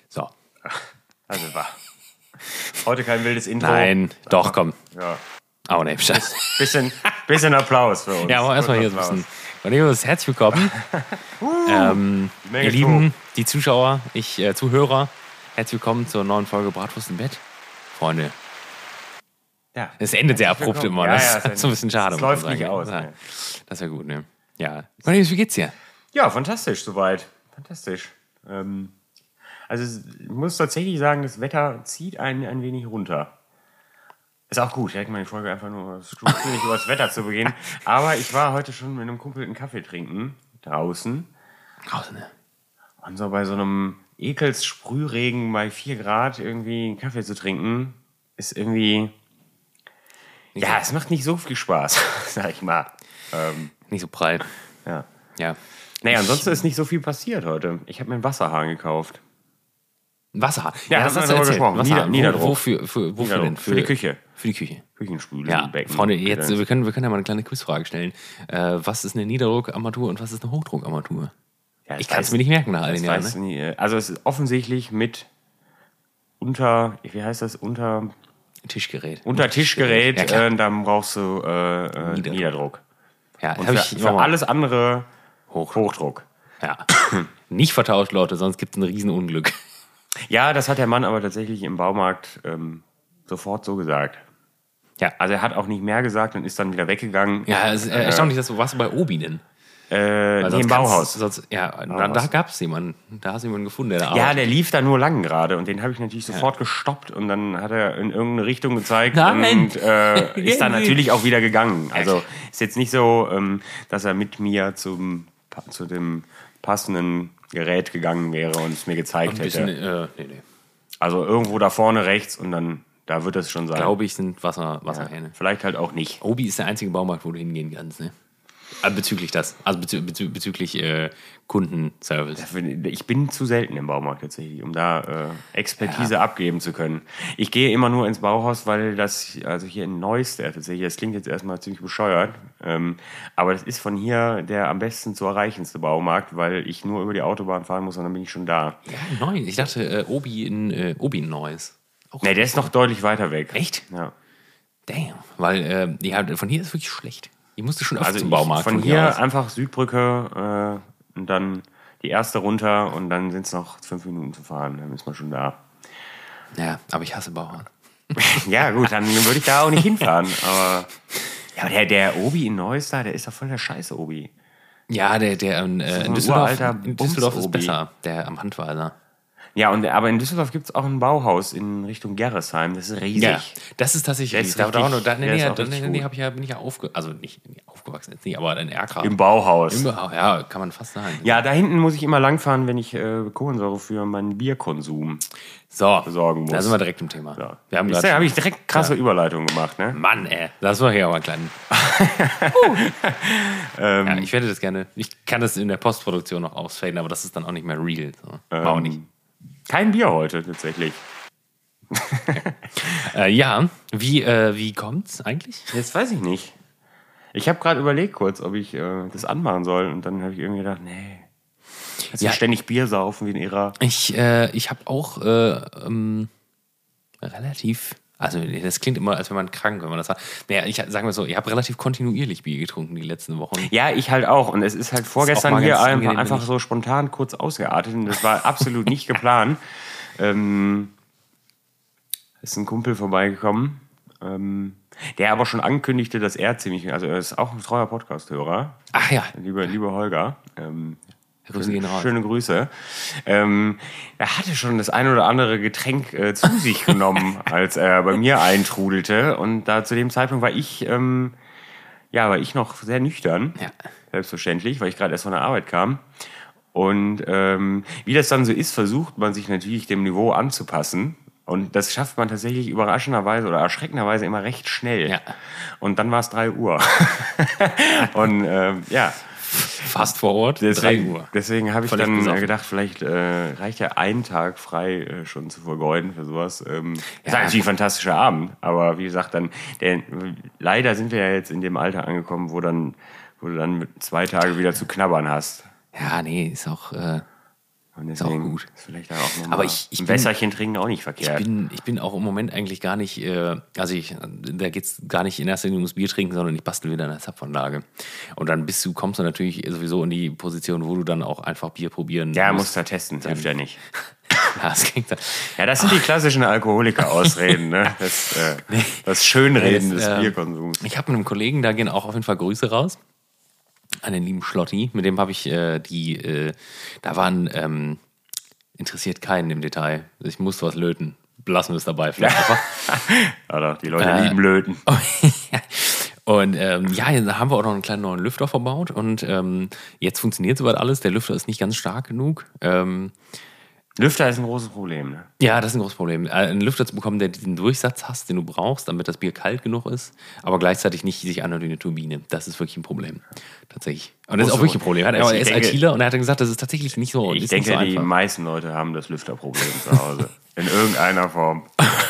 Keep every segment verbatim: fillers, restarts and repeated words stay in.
So. Also war. Heute kein wildes Intro. Nein, doch, komm. Ja. Oh, ne, Scheiße. Bisschen, bisschen Applaus für uns. Ja, aber erstmal hier so ein bisschen. Cornelius, herzlich willkommen. ähm, ihr Lieben, die Zuschauer, ich, äh, Zuhörer, herzlich willkommen zur neuen Folge Bratwurst im Bett. Freunde. Ja. Es endet sehr abrupt immer. Ja, Das ja, ist so ein bisschen schade. Das muss läuft man nicht sagen. aus. Ja, Ne? das wäre gut, ne? Ja. Cornelius, wie geht's dir? Ja, fantastisch soweit. Fantastisch. Ähm, also ich muss tatsächlich sagen, das Wetter zieht einen ein wenig runter. Ist auch gut, ich hätte meine Folge einfach nur schwierig über das Wetter zu beginnen. Aber ich war heute schon mit einem Kumpel einen Kaffee trinken, draußen. Draußen, ne? Und so bei so einem Ekels-Sprühregen bei vier Grad irgendwie einen Kaffee zu trinken, ist irgendwie... Ja, es macht nicht so viel Spaß, sag ich mal. Ähm, Nicht so prall. ja. Ja. Naja, ansonsten ist nicht so viel passiert heute. Ich habe mir einen Wasserhahn gekauft. Wasser. Ja, das haben hast wir du darüber erzählt. gesprochen. Wasser. Nieder- Niederdruck. Wo, wofür, für, wofür Niederdruck. denn? Für die Küche. Für die Küche. Küchenspüle, Ja, Becken. Freunde, jetzt, Gedöns. wir können, wir können ja mal eine kleine Quizfrage stellen. Äh, was ist eine Niederdruckarmatur und was ist eine Hochdruckarmatur? Ja, Ich kann es weiß- mir nicht merken nach all das den Jahren. weiß Ne? nie, äh, Also es ist offensichtlich mit unter, wie heißt das, unter, Tischgerät. unter Tischgerät, Ja, klar. äh, dann brauchst du äh, äh, Niederdruck. Niederdruck. Ja, Und hab für, ich für immer mal- alles andere Hoch. Hochdruck. Ja. Nicht vertauscht, Leute, sonst gibt es ein Riesenunglück. Ja, das hat der Mann aber tatsächlich im Baumarkt ähm, sofort so gesagt. Ja. Also er hat auch nicht mehr gesagt und ist dann wieder weggegangen. Ja, es ist äh, erstaunlich, dass du warst du bei Obi denn. Äh, Weil nee, sonst im kannst- Bauhaus. Sonst, ja, da, Bauhaus. da gab es jemanden. Da hast du jemanden gefunden, der da Ja, arbeitet. der lief da nur lang gerade und den habe ich natürlich sofort gestoppt und dann hat er in irgendeine Richtung gezeigt Nein. und äh, ist dann Irgendwie. natürlich auch wieder gegangen. Also ist jetzt nicht so, ähm, dass er mit mir zum, zu dem passenden Gerät gegangen wäre und es mir gezeigt Ein bisschen, hätte. äh, nee, nee. Also irgendwo da vorne rechts und dann, da wird es schon sein. Glaube ich, sind Wasser, ja, Wasserhähne. vielleicht halt auch nicht. Obi ist der einzige Baumarkt, wo du hingehen kannst, ne? Ah, bezüglich das. Also bezü bezü bezüglich äh, Kundenservice. Ich bin zu selten im Baumarkt tatsächlich, um da äh, Expertise abgeben zu können. Ich gehe immer nur ins Bauhaus, weil das, also hier in Neuss, der tatsächlich, das klingt jetzt erstmal ziemlich bescheuert, ähm, aber das ist von hier der am besten zu erreichendste Baumarkt, weil ich nur über die Autobahn fahren muss und dann bin ich schon da. Ja, neu. Ich dachte, äh, Obi in äh, Obi in Neuss. Auch Ne, der ist noch deutlich weiter weg. Echt? Ja. Damn. Weil äh, ja, von hier ist wirklich schlecht. Ich musste schon öfter Also zum ich, Baumarkt. von hier hier aus. einfach Südbrücke äh, und dann die erste runter und dann sind es noch fünf Minuten zu fahren, dann ist man schon da. Ja, aber ich hasse Baumarkt. Ja, gut, dann würde ich da auch nicht hinfahren. Aber, ja, aber der, der Obi in Neuss da, der ist doch voll der Scheiße Obi. Ja, der, der in, äh, so in ein Düsseldorf, uralter in Düsseldorf ist Bums-Obi. besser, der am Handweiser. Ja, und, aber in Düsseldorf gibt es auch ein Bauhaus in Richtung Gerresheim. Das ist riesig. Ja, das ist tatsächlich Der ist riesig. Da, da, richtig- da, da, der nee, ist auch da, richtig nee, nee, gut. hab ich ja, bin ich ja aufge also nicht, nicht aufgewachsen jetzt nicht, aber in Erkra. Im Bauhaus. Im, ja, kann man fast sagen. Ja, da hinten muss ich immer langfahren, wenn ich äh, Kohlensäure für meinen Bierkonsum So, besorgen muss. da sind wir direkt im Thema. Ja. Wir haben Da gerade habe ich direkt krasse Überleitung gemacht, ne? Mann, ey, das war hier aber klein. Ähm, ja, ich werde das gerne. Ich kann das in der Postproduktion noch ausfaden, aber das ist dann auch nicht mehr real. So. War auch nicht. Kein Bier heute, tatsächlich. Äh, ja, wie, äh, wie kommt's eigentlich? Jetzt weiß ich nicht. Ich habe gerade überlegt kurz, ob ich äh, das anmachen soll. Und dann habe ich irgendwie gedacht, nee. Jetzt Ja. ja. ständig Bier saufen wie ein Irrer. Ich, äh, ich habe auch äh, ähm, relativ, also das klingt immer, als wenn man krank, wenn man das sagt. Naja, ich sage mal so, ich habe relativ kontinuierlich Bier getrunken die letzten Wochen. Ja, ich halt auch. Und es ist halt auch vorgestern mal hier ganz einfach, angenehm, einfach wenn ich- so spontan kurz ausgeartet. Und das war absolut nicht geplant. Ähm, ist ein Kumpel vorbeigekommen, ähm, der aber schon ankündigte, dass er ziemlich, also er ist auch ein treuer Podcast-Hörer. Ach ja, Liebe, liebe Holger. Ähm, Grüße gehen raus. Schöne Grüße. Ähm, er hatte schon das ein oder andere Getränk äh, zu sich genommen, als er bei mir eintrudelte. Und da zu dem Zeitpunkt war ich, ähm, ja, war ich noch sehr nüchtern. Ja. Selbstverständlich, weil ich gerade erst von der Arbeit kam. Und ähm, wie das dann so ist, versucht man sich natürlich dem Niveau anzupassen. Und das schafft man tatsächlich überraschenderweise oder erschreckenderweise immer recht schnell. Ja. Und dann war es drei Uhr. Und ähm, ja, fast vor Ort, deswegen, drei Uhr. deswegen habe ich Völlig dann äh, besoffen. gedacht, vielleicht äh, reicht ja ein Tag frei äh, schon zu vergeuden für sowas. Ähm, das Ja. war natürlich ein fantastischer Abend, aber wie gesagt, dann der, leider sind wir ja jetzt in dem Alter angekommen, wo dann, wo du dann mit zwei Tage wieder zu knabbern hast. Ja, nee, ist auch, äh, Und deswegen ist auch gut. Ist vielleicht auch noch aber ich, ich ein bin, Wässerchen trinken auch nicht verkehrt. Ich bin, ich bin auch im Moment eigentlich gar nicht, äh, also ich, da geht es gar nicht in erster Linie ums Bier trinken, sondern ich bastel wieder eine Zapfanlage. Und dann bist du, kommst du natürlich sowieso in die Position, wo du dann auch einfach Bier probieren Ja, musst. musst du testen, das hilft ja nicht. Ja, das klingt dann. Ja, das sind die klassischen Alkoholiker-Ausreden, ne? Das, äh, das Schönreden das, des äh, Bierkonsums. Ich habe mit einem Kollegen, da gehen auch auf jeden Fall Grüße raus. An den lieben Schlotti. Mit dem habe ich äh, die, äh, da waren, ähm, interessiert keinen im Detail. Ich musste was löten. Lassen wir es dabei vielleicht einfach. Oder die Leute Äh, lieben Löten. Und ähm, ja, da haben wir auch noch einen kleinen neuen Lüfter verbaut und ähm, jetzt funktioniert soweit alles. Der Lüfter ist nicht ganz stark genug. Ähm, Lüfter ist ein großes Problem, ne? Ja, das ist ein großes Problem. Einen Lüfter zu bekommen, der diesen Durchsatz hast, den du brauchst, damit das Bier kalt genug ist, aber gleichzeitig nicht sich anhört wie eine Turbine. Das ist wirklich ein Problem. Tatsächlich. Und das ist auch wirklich ein Problem. Er Also er ich ist denke- ITler und er hat gesagt, das ist tatsächlich nicht so, Ich ist denke, nicht so die einfach. meisten Leute haben das Lüfterproblem zu Hause. In irgendeiner Form.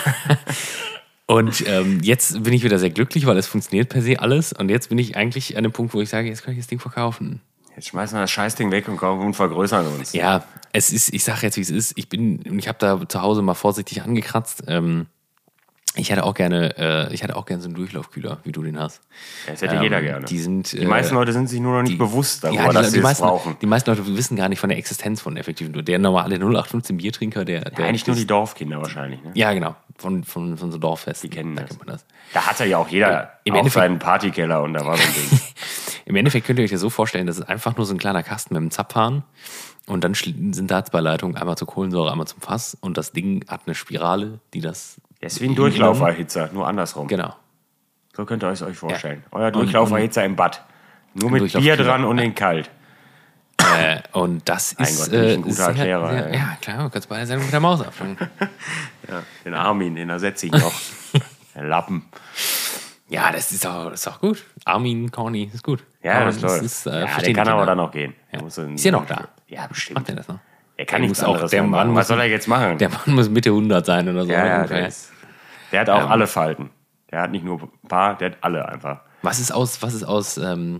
Und ähm, jetzt bin ich wieder sehr glücklich, weil es funktioniert per se alles. Und jetzt bin ich eigentlich an dem Punkt, wo ich sage, jetzt kann ich das Ding verkaufen. Jetzt schmeißen wir das Scheißding weg und kommen und vergrößern uns. Ja, es ist, ich sage jetzt, wie es ist. Ich bin, ich habe da zu Hause mal vorsichtig angekratzt. Ähm, ich hätte auch gerne, äh, ich hätte auch gerne so einen Durchlaufkühler, wie du den hast. Das hätte Ähm, jeder gerne. Die sind, Die meisten äh, Leute sind sich nur noch nicht die- bewusst darüber, ja, die, dass die, sie es meisten, brauchen. die meisten Leute wissen gar nicht von der Existenz von effektiven Dur- Der normale null acht fünfzehn Biertrinker, der, der Ja, eigentlich nur die Dorfkinder wahrscheinlich. Ne? ja, genau, von, von, von so Dorffesten. Die kennen da das. kennt man das. Da hatte ja auch jeder Im auch Endeffekt- seinen Partykeller und da war so ein Ding. Im Endeffekt könnt ihr euch das so vorstellen, das ist einfach nur so ein kleiner Kasten mit einem Zapfhahn und dann schl- sind da zwei Leitungen, einmal zur Kohlensäure, einmal zum Fass und das Ding hat eine Spirale, die das... Das ist wie ein Durchlauferhitzer, nur andersrum. Genau. So könnt ihr es euch vorstellen. Ja. Euer Durchlauferhitzer im Bad. Nur mit Durchlaufkühler. Bier dran und in kalt. Äh, und das Mein ist... Gott, bin ich ein äh, guter sehr, Erklärer, sehr, ey. ja, klar, du kannst bei der Sendung mit der Maus abfangen. Ja, den Armin, den ersetze ich noch. Der Lappen. Ja, das ist auch, das ist auch gut. Armin, Corny, ist gut. Ja, Aber das läuft. ist, äh, ja, der verstehen kann die aber Kinder. dann auch gehen. Der muss in- Ist ja noch da. Ja, bestimmt. Macht der das noch? Er kann Der nichts muss auch- anderes der mehr Mann machen. muss- Was soll er jetzt machen? Der Mann muss Mitte hundert sein oder so. ja, ja, ungefähr. der, ist, der hat auch Ja. alle Falten. Der hat nicht nur ein paar, der hat alle einfach. Was ist aus, was ist aus, ähm,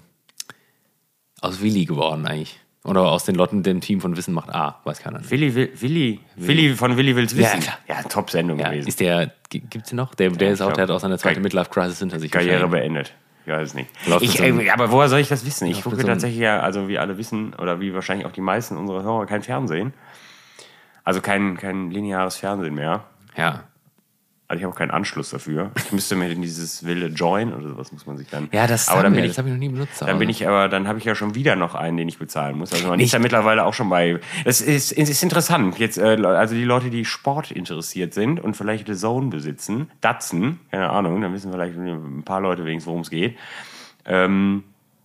aus Willi geworden eigentlich? Oder aus den Lotten, dem Team von Wissen macht A, weiß keiner. nicht. Willi, Will- Willi, Willi von Willi will's Ja, wissen. klar. Ja, Top-Sendung Ja, gewesen. ist der, g- gibt's den noch? Der, der Ja, ist ich auch, der hat glaub, auch seine zweite Karri- Midlife-Crisis hinter sich. Karriere wahrscheinlich. beendet. Ich weiß es nicht. Läuft Ich, mit so einem- äh, aber woher soll ich das wissen? Ich Läuft gucke mit so einem- tatsächlich ja, also wie alle wissen, oder wie wahrscheinlich auch die meisten unserer Hörer, kein Fernsehen. Also kein, kein lineares Fernsehen mehr. Ja. Also ich habe auch keinen Anschluss dafür. Ich müsste mir in dieses wilde Join oder sowas muss man sich dann. Ja, das, aber haben dann wir, bin das ich, habe ich noch nie benutzt. dann bin ich aber, dann habe ich ja schon wieder noch einen, den ich bezahlen muss. Also man Nicht- ist ja mittlerweile auch schon bei. Das ist, es ist interessant. Jetzt, äh, also die Leute, die Sport interessiert sind und vielleicht The Zone besitzen, Datsen, keine Ahnung, dann wissen vielleicht ein paar Leute wenigstens, worum es geht. Ähm,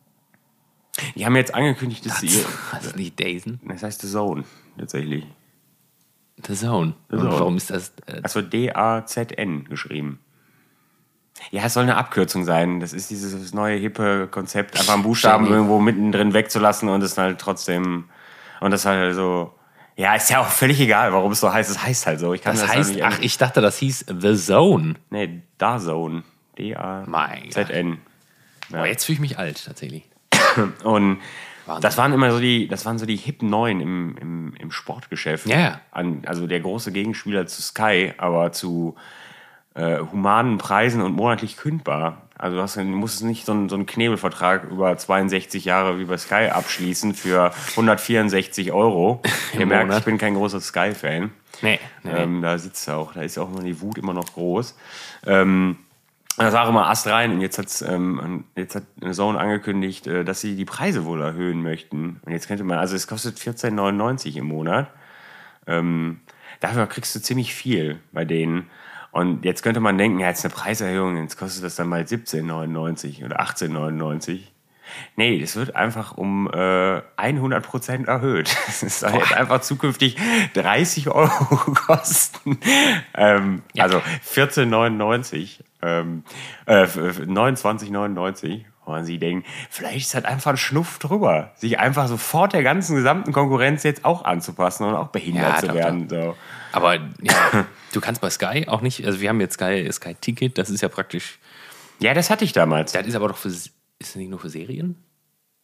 die haben jetzt angekündigt, dass sie. Das ist nicht Dazen. Das heißt The Zone, tatsächlich. The Zone. The Und Zone. warum ist das? Äh, Also D A Z N geschrieben. Ja, es soll eine Abkürzung sein. Das ist dieses neue hippe Konzept, einfach einen Buchstaben Jenny. irgendwo mittendrin wegzulassen und es halt trotzdem. Und das halt so. Ja, ist ja auch völlig egal, warum es so heißt. Es heißt halt so. Ich kann das das, heißt, halt ach, nicht. ich dachte, das hieß The Zone. Nee, DAZN. D A Z N. Boah, jetzt fühle ich mich alt, tatsächlich. Und Wahnsinn. das waren immer so die, das waren so die hippen Neuen im, im, im Sportgeschäft. Ja, ja. An, also der große Gegenspieler zu Sky, aber zu äh, humanen Preisen und monatlich kündbar. Also du, hast, du musst nicht so einen, so einen Knebelvertrag über zweiundsechzig Jahre wie bei Sky abschließen für hundertvierundsechzig Euro. Ihr merkt, Monat. ich bin kein großer Sky-Fan. Nee, nee, nee. Ähm, da sitzt er auch, da ist auch immer die Wut immer noch groß. Ähm, das war auch immer Ast rein und jetzt, hat's, ähm, jetzt hat Zone angekündigt, äh, dass sie die Preise wohl erhöhen möchten. Und jetzt könnte man, also es kostet vierzehn neunundneunzig im Monat. Ähm, dafür kriegst du ziemlich viel bei denen. Und jetzt könnte man denken, ja, jetzt eine Preiserhöhung, jetzt kostet das dann mal siebzehn neunundneunzig oder achtzehn neunundneunzig. Nee, das wird einfach um äh, hundert Prozent erhöht. Das soll jetzt einfach zukünftig dreißig Euro kosten. Ähm, Ja. Also vierzehn neunundneunzig, ähm, äh, neunundzwanzig neunundneunzig. Und sie denken, vielleicht ist halt einfach ein Schnuff drüber, sich einfach sofort der ganzen gesamten Konkurrenz jetzt auch anzupassen und auch behindert Ja, zu doch, werden. So. Aber ja, du kannst bei Sky auch nicht, also wir haben jetzt Sky, Sky Ticket, das ist ja praktisch, Ja, das hatte ich damals. das ist aber doch für, ist das nicht nur für Serien?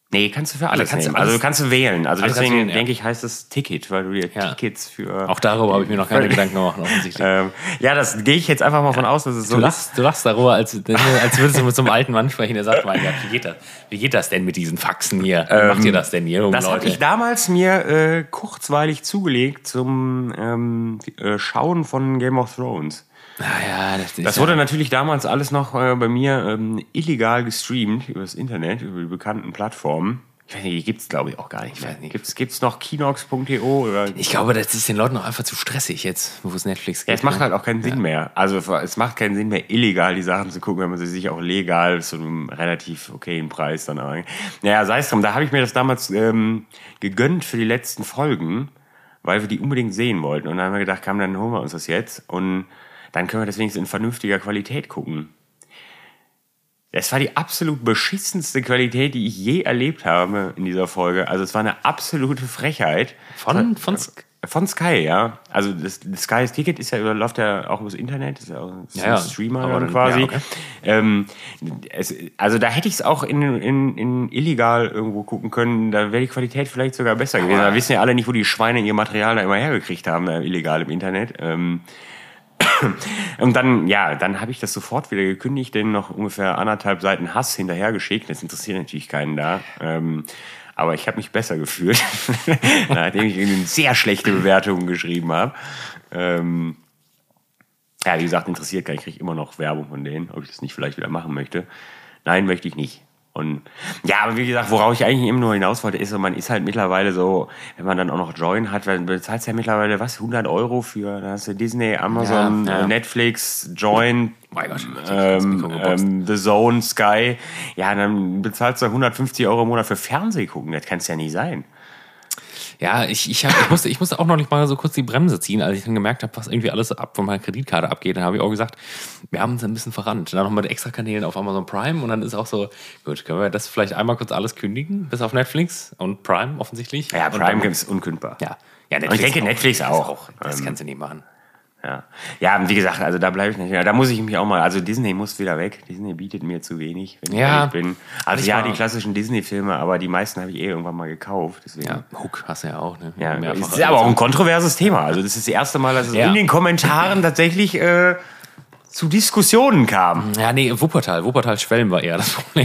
Nee, kannst du für alles kannst du nehmen. alles- Also kannst du wählen. Also Alles deswegen wählen, ja. denke ich, heißt es Ticket, weil du dir Ja. Tickets für... Auch darüber habe ich mir noch keine Gedanken gemacht, offensichtlich. ähm, ja, das gehe ich jetzt einfach mal von aus, dass es so Du ist. lachst, du lachst darüber, als, als würdest du mit so einem alten Mann sprechen, der sagt, mein Gott, wie geht das, wie geht das denn mit diesen Faxen hier? Wie macht ihr das denn hier, jungen Das habe Leute? ich damals mir äh, kurzweilig zugelegt zum ähm, äh, Schauen von Game of Thrones. Naja, das ist Das ja, wurde natürlich damals alles noch äh, bei mir ähm, illegal gestreamt über das Internet, über die bekannten Plattformen. Ich weiß nicht, die gibt es glaube ich auch gar nicht mehr. weiß nicht. Gibt's, gibt's noch Kinox punkt to oder... ich glaube, das ist den Leuten auch einfach zu stressig jetzt, wo es Netflix gibt. Ja, es macht ne? halt auch keinen Sinn mehr. Also es macht keinen Sinn mehr, illegal die Sachen zu gucken, wenn man sie sich auch legal zu einem relativ okayen Preis dann auch... Naja, sei es drum, da habe ich mir das damals ähm, gegönnt für die letzten Folgen, weil wir die unbedingt sehen wollten. Und dann haben wir gedacht, komm, dann holen wir uns das jetzt und dann können wir das wenigstens in vernünftiger Qualität gucken. Es war die absolut beschissenste Qualität, die ich je erlebt habe in dieser Folge. Also es war eine absolute Frechheit. Von, von Sk- Von Sky, ja. Also das, das Sky's Ticket ist ja, läuft ja auch übers Internet, ist ja auch ist Ja, ein ja. Streamer Aber dann dann- quasi. ja, okay. ähm, es, also da hätte ich es auch in, in, in illegal irgendwo gucken können, da wäre die Qualität vielleicht sogar besser gewesen. Da wissen ja alle nicht, wo die Schweine ihr Material da immer hergekriegt haben, da illegal im Internet. Ähm, und dann, ja, dann habe ich das sofort wieder gekündigt, denen noch ungefähr anderthalb Seiten Hass hinterhergeschickt. Das interessiert natürlich keinen da. Ähm, aber ich habe mich besser gefühlt, nachdem ich eine sehr schlechte Bewertung geschrieben habe. Ähm, ja, wie gesagt, interessiert keinen. Ich kriege immer noch Werbung von denen, ob ich das nicht vielleicht wieder machen möchte. Nein, möchte ich nicht. Und ja, aber wie gesagt, worauf ich eigentlich immer nur hinaus wollte, ist, so, man ist halt mittlerweile so, wenn man dann auch noch Join hat, weil du bezahlst ja mittlerweile, was, hundert Euro für, da hast du Disney, Amazon, Ja, ja. Netflix, Join, Mein Gott, ähm, ähm, The Zone, Sky. Ja, dann bezahlst du hundertfünfzig Euro im Monat für Fernseh gucken. Das kann es ja nicht sein. Ja, ich, ich, hab, ich, musste, ich musste auch noch nicht mal so kurz die Bremse ziehen, als ich dann gemerkt habe, was irgendwie alles ab von meiner Kreditkarte abgeht. Dann habe ich auch gesagt, wir haben uns ein bisschen verrannt. Dann nochmal die extra Kanälen auf Amazon Prime und dann ist auch so, gut, können wir das vielleicht einmal kurz alles kündigen, bis auf Netflix und Prime offensichtlich. Ja, Und Prime dann- ist unkündbar. Ja, ja Und ich denke, Netflix auch. Das Ähm, kannst du nicht machen. Ja, ja, und wie gesagt, also da bleibe ich nicht mehr. Da muss ich mich auch mal, also Disney muss wieder weg. Disney bietet mir zu wenig, wenn ich Ja. ehrlich bin. Also Ich ja, war- die klassischen Disney-Filme, aber die meisten habe ich eh irgendwann mal gekauft. Deswegen. Ja, Hook hast du ja auch, ne? Ja, Mehrfach. ist aber auch ein kontroverses Thema. Also das ist das erste Mal, dass es Ja. in den Kommentaren tatsächlich äh, zu Diskussionen kam. Ja, nee, Wuppertal. Wuppertal-Schwelm war eher das Problem.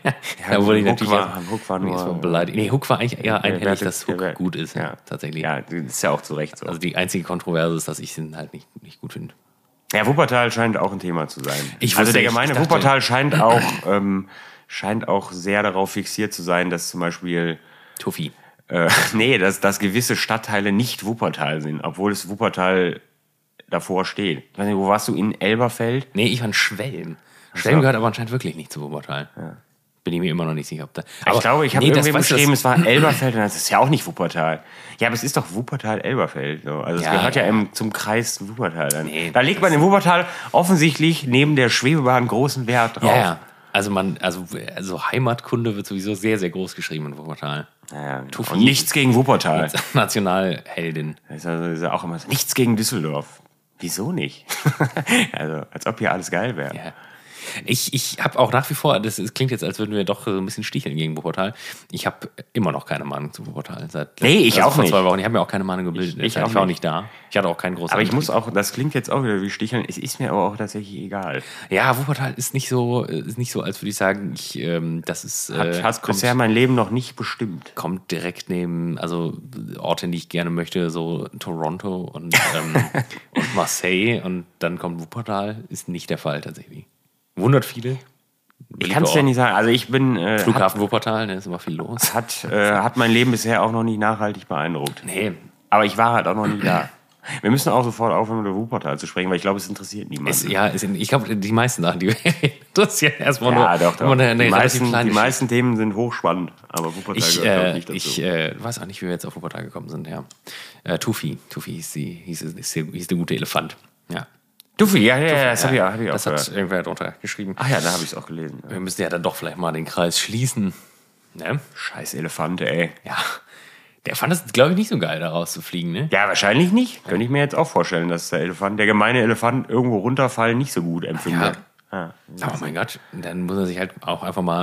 da wurde ich Hook natürlich war- erst- Hook war bin ich nur- erstmal beleidigt. Nee, Hook war eigentlich eher einhellig, Werte- dass Hook der- gut ist. ja. Tatsächlich. Ja, das ist ja auch zu Recht so. Also die einzige Kontroverse ist, dass ich den halt nicht, nicht gut finde. Ja, Wuppertal scheint auch ein Thema zu sein. Ich also wusste- der ich Gemeinde dachte- Wuppertal scheint auch, ähm, scheint auch sehr darauf fixiert zu sein, dass zum Beispiel Tuffy. Äh, nee, dass, dass gewisse Stadtteile nicht Wuppertal sind, obwohl es Wuppertal davor steht. Ich weiß nicht, wo warst du? In Elberfeld? Nee, ich war in Schwelm. Schwelm gehört aber anscheinend wirklich nicht zu Wuppertal. Bin ich mir immer noch nicht sicher, ob da. ich glaube, ich habe nee, das irgendwem weißt du, geschrieben, das- es war Elberfeld und das ist ja auch nicht Wuppertal. Ja, aber es ist doch Wuppertal-Elberfeld. So. Also es Ja, gehört ja, ja. eben zum Kreis Wuppertal. Dann. Nee, da legt man in Wuppertal offensichtlich neben der Schwebebahn großen Wert drauf. Ja, ja. Also man, also, also Heimatkunde wird sowieso sehr, sehr groß geschrieben in Wuppertal. Ja, Tuffy. und nichts gegen Wuppertal. Nationalheldin. Das ist, also, das ist ja auch immer so, nichts gegen Düsseldorf. Wieso nicht? also, als ob hier alles geil wäre. Ja. Ich, ich habe auch nach wie vor, das, das klingt jetzt, als würden wir doch so ein bisschen sticheln gegen Wuppertal. Ich habe immer noch keine Meinung zu Wuppertal. Seit, Nee, ich auch vor nicht. zwei Wochen. Ich habe mir auch keine Meinung gebildet. Ich- ich ich auch war auch nicht. nicht da. Ich hatte auch keinen großen Aber ich Antrieb. muss auch, das klingt jetzt auch wieder wie Sticheln, es ist mir aber auch tatsächlich egal. Ja, Wuppertal ist nicht so, ist nicht so, als würde ich sagen, ich, ähm, das ist, Hat, äh, hat kommt, bisher mein Leben noch nicht bestimmt. kommt direkt neben, also Orte, die ich gerne möchte, so Toronto und, ähm, und Marseille und dann kommt Wuppertal, ist nicht der Fall tatsächlich. Wundert viele. Ich kann es dir nicht sagen. Also ich bin, äh, Flughafen Wuppertal, ne, ist immer viel los. hat, hat, äh, hat mein Leben bisher auch noch nicht nachhaltig beeindruckt. Nee, Aber ich war halt auch noch nie da. Wir müssen auch sofort aufhören, über Wuppertal zu sprechen, weil ich glaube, es interessiert niemanden. es, ja, es, ich glaube, die meisten Sachen, die wir interessieren, erstmal ja, nur doch, doch. immer eine, eine die relativ meisten, kleine die meisten Themen sind hochspannend, aber Wuppertal Ich, gehört glaub äh, nicht dazu. ich äh, weiß auch nicht, wie wir jetzt auf Wuppertal gekommen sind. Ja. Äh, Tufi. Tufi hieß, die, hieß, hieß, der, hieß der gute Elefant. Ja. Duffy, ja, ja, ja, das habe ich, auch- hab ich auch Das hat gehört. irgendwer drunter geschrieben. Ach ja, da habe ich es auch gelesen. Wir müssen ja dann doch vielleicht mal den Kreis schließen. Ne? Scheiß Elefant, ey. Ja. Der fand es, glaube ich, nicht so geil, da rauszufliegen, ne? Ja, wahrscheinlich nicht. Könnte ich mir jetzt auch vorstellen, dass der Elefant, der gemeine Elefant irgendwo runterfallen nicht so gut empfindet. Ja. Aber oh mein Gott, dann muss er sich halt auch einfach mal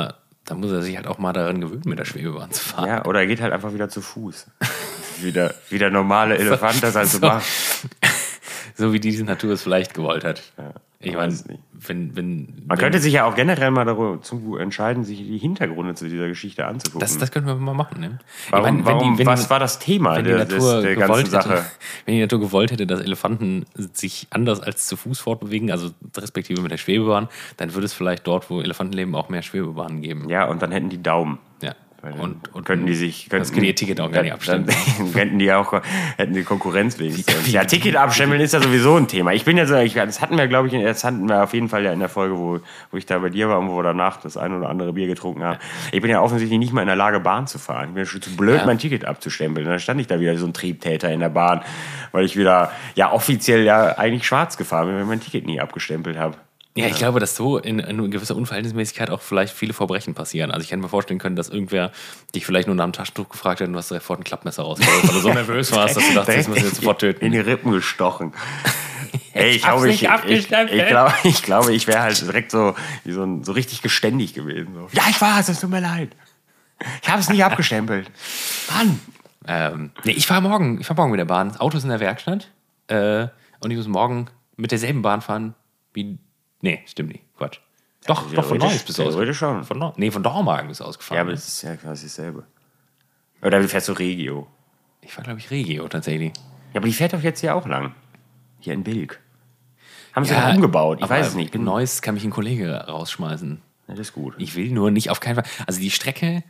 dann muss er sich halt auch mal daran gewöhnen, mit der Schwebebahn zu fahren. Ja, oder er geht halt einfach wieder zu Fuß. wie, der, wie der normale Elefant das halt so macht. So wie diese Natur es vielleicht gewollt hat. Ja, ich meine, wenn, wenn. Man wenn, könnte sich ja auch generell mal dazu entscheiden, sich die Hintergründe zu dieser Geschichte anzugucken. Das, das könnten wir mal machen, ne? Warum, ich meine, warum, wenn die, wenn, was war das Thema wenn die der, Natur des, der ganzen Sache? Hätte, wenn die Natur gewollt hätte, dass Elefanten sich anders als zu Fuß fortbewegen, also respektive mit der Schwebebahn, dann würde es vielleicht dort, wo Elefanten leben, auch mehr Schwebebahnen geben. Ja, und dann hätten die Daumen. Ja. Und, und könnten die sich. Könnten, das können ihr Ticket auch gar nicht abstimmen. Dann könnten die auch, hätten die Konkurrenz wenigstens. Ja, Ticket abstimmeln ist ja sowieso ein Thema. Ich bin ja so, ich, das hatten wir, glaube ich, das hatten wir auf jeden Fall ja in der Folge, wo, wo ich da bei dir war und wo wir danach das ein oder andere Bier getrunken haben. Ich bin ja offensichtlich nicht mal in der Lage, Bahn zu fahren. Ich bin ja schon zu blöd, ja. mein Ticket abzustempeln. Und dann stand ich da wieder so ein Triebtäter in der Bahn, weil ich wieder, ja, offiziell ja eigentlich schwarz gefahren bin, weil ich mein Ticket nie abgestempelt habe. Ja, ich glaube, dass so in, in gewisser Unverhältnismäßigkeit auch vielleicht viele Verbrechen passieren. Also ich hätte mir vorstellen können, dass irgendwer dich vielleicht nur nach dem Taschentuch gefragt hat und du hast sofort ein Klappmesser rausgeholt, weil du so nervös warst, dass du dachtest, jetzt müssen wir sofort töten. In die Rippen gestochen. Hey, ich, ich glaube, ich, ich, ich, ich, glaube, ich, glaube, ich wäre halt direkt so, wie so, ein, so richtig geständig gewesen. So. Ja, ich war es, es tut mir leid. Ich habe es nicht abgestempelt. Mann. Ähm, nee, ich fahre morgen, ich fahr morgen mit der Bahn. Das Auto ist in der Werkstatt äh, und ich muss morgen mit derselben Bahn fahren wie... Nee, stimmt nicht. Quatsch. Doch, ja, doch von Neuss bist du ausgefahren. Von Neu- nee, von Dormagen bist du ausgefahren. Ja, aber das ist ja quasi dasselbe. Oder wie fährst du Regio? Ich fahre, glaube ich, Regio tatsächlich. Ja, aber die fährt doch jetzt hier auch lang. Hier in Bilk. Haben sie ja, ja umgebaut? Ich weiß es nicht. In Neuss kann mich ein Kollege rausschmeißen. Ja, das ist gut. Ich will nur nicht auf keinen Fall. Also die Strecke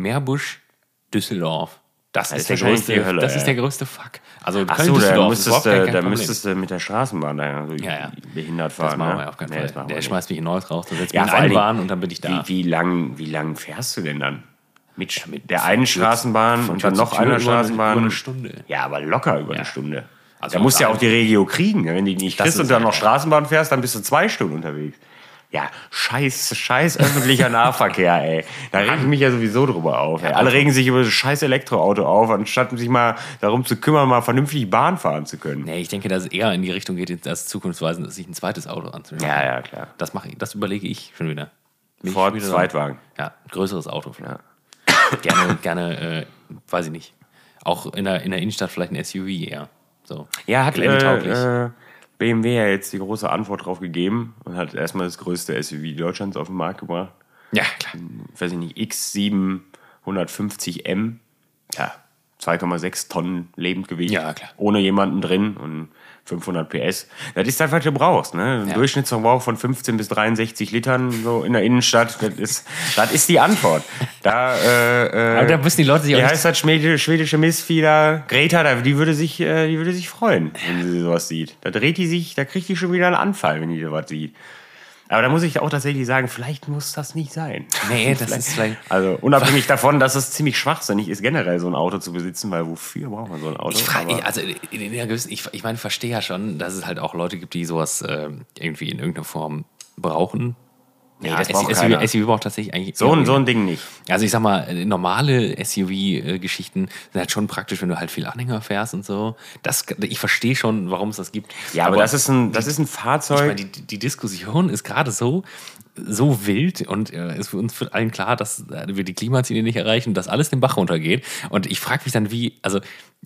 Meerbusch-Düsseldorf. Das, das ist, der größte, die Hölle, das ja. ist der größte Fuck. Also Ach so, da müsstest, du, da müsstest du mit der Straßenbahn da also ja, ja. behindert fahren. Das machen ne? wir auf keinen nee, Fall. Der schmeißt mich in Neuss raus, dann setzt ja, mich in eine Bahn und dann bin ich da. Wie, wie, lang, wie lang fährst du denn dann? Mit, ja, mit der einen Straßenbahn und dann noch einer Straßenbahn? Über eine Stunde. Ja, aber locker über ja. eine Stunde. Also da musst du ja auch die Regio kriegen. Wenn du die nicht kriegst und dann noch Straßenbahn fährst, dann bist du zwei Stunden unterwegs. Ja, scheiß, scheiß öffentlicher Nahverkehr, ey. Da reg ich mich ja sowieso drüber auf. Ey. Alle regen sich über das scheiß Elektroauto auf, anstatt sich mal darum zu kümmern, mal vernünftig Bahn fahren zu können. Nee, ich denke, dass es eher in die Richtung geht, als zukunftsweisend, sich ein zweites Auto anzuschauen. Ja, ja, klar. Das, mache ich, das überlege ich schon wieder. Ford Zweitwagen. Ja, größeres Auto. Ja. Gerne, gerne, äh, weiß ich nicht. Auch in der, in der Innenstadt vielleicht ein S U V eher. So. Ja, hat äh, äh, B M W ja jetzt die große Antwort drauf gegeben und hat erstmal das größte S U V Deutschlands auf den Markt gebracht. Ja, klar. Ich weiß ich nicht, X siebenhundertfünfzig M. Ja, zwei Komma sechs Tonnen Lebendgewicht. Ja, klar. Ohne jemanden drin und fünfhundert P S. Das ist einfach, was du brauchst. Ne? Ein ja. Durchschnittsverbrauch von fünfzehn bis dreiundsechzig Litern so in der Innenstadt. Das ist, das ist die Antwort. Da, äh, Aber da müssen die Leute sich auch. Wie heißt das schwedische, schwedische Mistvieh da? Greta, die würde sich, äh, die würde sich freuen, wenn sie sowas sieht. Da dreht die sich, da kriegt die schon wieder einen Anfall, wenn die sowas sieht. Aber da muss ich auch tatsächlich sagen, vielleicht muss das nicht sein. Nee, das vielleicht, ist vielleicht... Also unabhängig davon, dass es ziemlich schwachsinnig ist, generell so ein Auto zu besitzen, weil wofür braucht man so ein Auto? Ich frage, also in der gewissen, ich, ich meine, ich verstehe ja schon, dass es halt auch Leute gibt, die sowas äh, irgendwie in irgendeiner Form brauchen. Nee, ja, das braucht S U V, S U V braucht tatsächlich eigentlich... So ein, so ein Ding nicht. Also ich sag mal, normale S U V-Geschichten sind halt schon praktisch, wenn du halt viel Anhänger fährst und so. Das, ich verstehe schon, warum es das gibt. Ja, aber, aber das ist ein, das ist ein Fahrzeug... Ich meine, die, die Diskussion ist gerade so, so wild und äh, ist für uns für allen klar, dass wir die Klimaziele nicht erreichen, dass alles den Bach runtergeht. Und ich frage mich dann, wie... Also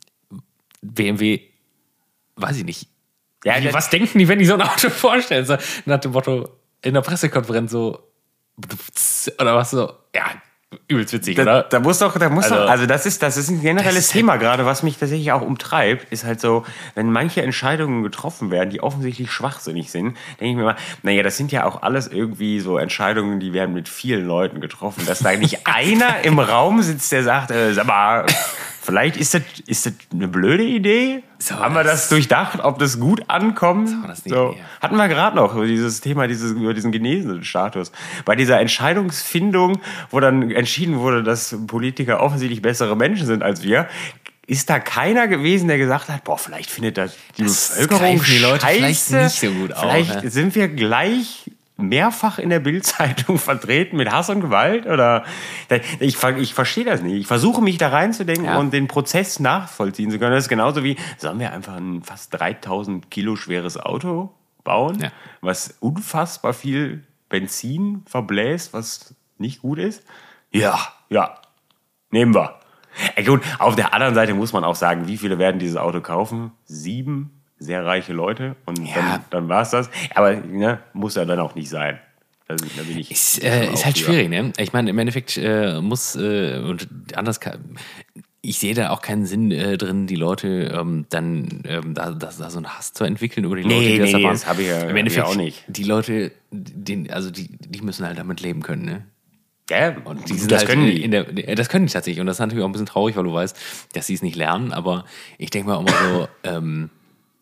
B M W, weiß ich nicht. Ja, wie, was denken die, wenn die so ein Auto vorstellen? So, nach dem Motto... In der Pressekonferenz so oder was so, ja, übelst witzig, da, oder? Da muss doch, da muss also, doch, also das ist, das ist ein generelles Thema gerade, was mich tatsächlich auch umtreibt, ist halt so, wenn manche Entscheidungen getroffen werden, die offensichtlich schwachsinnig sind, denke ich mir mal, naja, das sind ja auch alles irgendwie so Entscheidungen, die werden mit vielen Leuten getroffen, dass da nicht einer im Raum sitzt, der sagt, äh, sag mal, vielleicht ist das, ist das eine blöde Idee? So, haben wir das durchdacht, ob das gut ankommt? So, das nicht, so. Hatten wir gerade noch über dieses Thema, dieses, über diesen genesenen Status. Bei dieser Entscheidungsfindung, wo dann entschieden wurde, dass Politiker offensichtlich bessere Menschen sind als wir, ist da keiner gewesen, der gesagt hat, boah, vielleicht findet das die das Bevölkerung die Leute scheiße. Vielleicht nicht so gut auf. Vielleicht ja. sind wir gleich mehrfach in der Bild-Zeitung vertreten mit Hass und Gewalt? Oder ich, ich verstehe das nicht. Ich versuche mich da reinzudenken ja. und den Prozess nachvollziehen zu können. Das ist genauso wie, sollen wir einfach ein fast dreitausend Kilo schweres Auto bauen, ja. was unfassbar viel Benzin verbläst, was nicht gut ist? Ja, ja, nehmen wir. Ey, gut, auf der anderen Seite muss man auch sagen, wie viele werden dieses Auto kaufen? Sieben sehr reiche Leute und Ja. dann, dann war es das. Aber ne, muss ja dann auch nicht sein. Da, da bin ich Ist, schon äh, auch ist halt für. schwierig, ne? Ich meine, im Endeffekt äh, muss, äh, und anders kann, ich sehe da auch keinen Sinn äh, drin, die Leute ähm, dann ähm, da, da, da so einen Hass zu entwickeln über die Leute, Nee, die das nee, da machen. das hab ich ja- Im hab ich Endeffekt, ja auch nicht. die Leute, die, also die, die müssen halt damit leben können, ne? Ja, Und die sind das halt können die. In der, das können die tatsächlich. Und das ist natürlich auch ein bisschen traurig, weil du weißt, dass sie es nicht lernen. Aber ich denke mal immer so, ähm,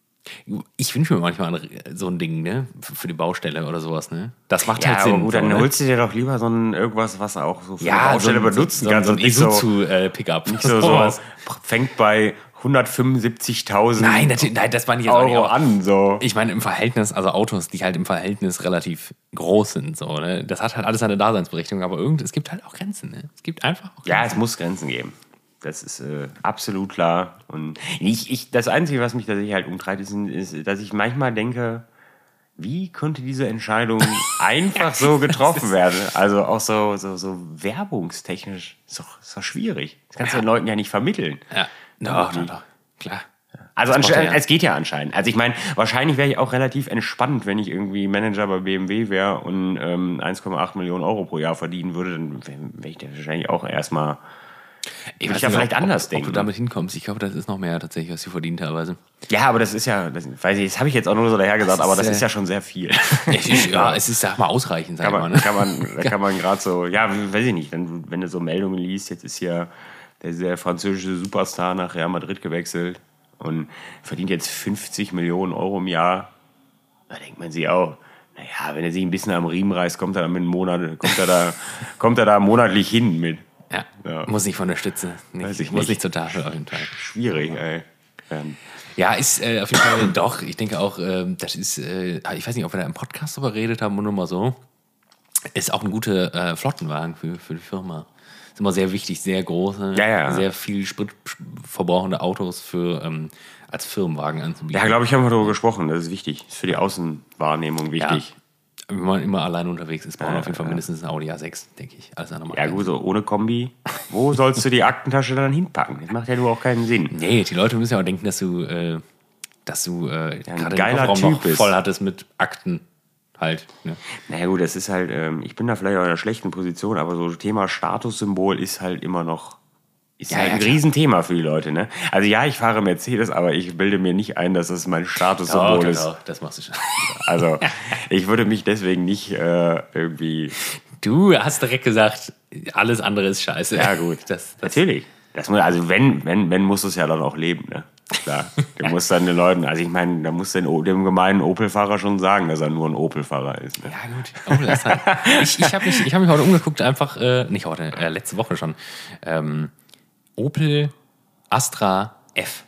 ich wünsche mir manchmal ein- so ein Ding, ne? Für die Baustelle oder sowas, ne? Das macht Ja, halt aber Sinn. gut, so, dann ne? holst du dir doch lieber so ein irgendwas, was auch so für die ja, Baustelle so ein, benutzen so, kannst. so ein und nicht so, Isuzu-Pickup. nicht so, so fängt bei hundertfünfundsiebzigtausend Nein, natürlich, nein, das meine ich jetzt auch nicht. Euro aber an. So. Ich meine, im Verhältnis, also Autos, die halt im Verhältnis relativ groß sind, so, ne? Das hat halt alles seine Daseinsberechtigung, aber irgend, es gibt halt auch Grenzen, ne? Es gibt einfach auch Grenzen. Ja, es muss Grenzen geben. Das ist äh, absolut klar. Und ich, ich, das Einzige, was mich tatsächlich halt umtreibt, ist, ist, dass ich manchmal denke, wie konnte diese Entscheidung einfach so getroffen werden? Also auch so, so, so werbungstechnisch ist doch, ist doch schwierig. Das kannst du den Leuten ja nicht vermitteln. Ja, doch, doch, doch, klar. Also Das macht anscheinend, er, ja. es geht ja anscheinend. Also ich meine, wahrscheinlich wäre ich auch relativ entspannt, wenn ich irgendwie Manager bei B M W wäre und ähm, eins Komma acht Millionen Euro pro Jahr verdienen würde, dann wäre wär ich da wahrscheinlich auch erstmal, Ich würde weiß ich ja nicht, vielleicht ob, anders ob, denken. Ob du damit hinkommst. Ich glaube, das ist noch mehr tatsächlich, was sie verdienen teilweise. Ja, aber das ist ja, das, weiß ich, das habe ich jetzt auch nur so daher gesagt, Das aber ist, das äh, ist ja schon sehr viel. Es ist, ja, es ist, sag mal, ausreichend, sag kann ich man, mal. Ne? kann man, da kann man gerade so, ja, weiß ich nicht, wenn, wenn du so Meldungen liest, jetzt ist hier der, der französische Superstar nach Real Madrid gewechselt und verdient jetzt fünfzig Millionen Euro im Jahr. Da denkt man sich auch, naja, wenn er sich ein bisschen am Riemen reißt, kommt er da mit einem Monat, kommt er da, kommt er da monatlich hin mit. Ja, Ja. muss nicht von der Stütze. Nicht, Weiß ich muss nicht. nicht zur Tafel auf jeden Fall. Schwierig, ey. Ähm, Ja, ist äh, auf jeden Fall doch. Ich denke auch, ähm, das ist, äh, ich weiß nicht, ob wir da im Podcast drüber geredet haben oder nur mal so. Ist auch ein guter äh, Flottenwagen für, für die Firma. Ist immer sehr wichtig, sehr große, Ja, ja. sehr viel Sprit verbrauchende Autos für ähm, als Firmenwagen anzubieten. ja, glaube ich, haben wir darüber gesprochen. Das ist wichtig. Ist für die Außenwahrnehmung wichtig. Wenn man immer alleine unterwegs ist, braucht man Ja, auf jeden Fall ja. mindestens ein Audi A sechs, denke ich. Alles andere macht Ja, keinen gut, so ohne Kombi. Wo sollst du die Aktentasche dann hinpacken? Das macht ja nur auch keinen Sinn. Nee, die Leute müssen ja auch denken, dass du, äh, dass du äh, ein gerade den geiler Kofferraum noch Typ bist. voll hattest mit Akten halt. Ne? Naja, gut, das ist halt, ähm, ich bin da vielleicht auch in einer schlechten Position, aber so Thema Statussymbol ist halt immer noch, ist Ja, halt ja, ein klar. Riesenthema für die Leute, ne? Also ja, ich fahre Mercedes, aber ich bilde mir nicht ein, dass das mein Statussymbol ist. doch, das machst du schon. Also ich würde mich deswegen nicht äh, irgendwie, Du hast direkt gesagt, alles andere ist scheiße. ja gut, Das, das, natürlich. Das muss, also wenn, wenn, wenn musst du es ja dann auch leben, ne? Klar. Du musst dann den Leuten, also ich meine, da musst du den, dem gemeinen Opel-Fahrer schon sagen, dass er nur ein Opel-Fahrer ist. Ne? ja gut. Oh, das halt. Ich, ich habe mich, ich hab mich heute umgeguckt, einfach, äh, nicht heute, äh, letzte Woche schon. Ähm, Opel Astra F.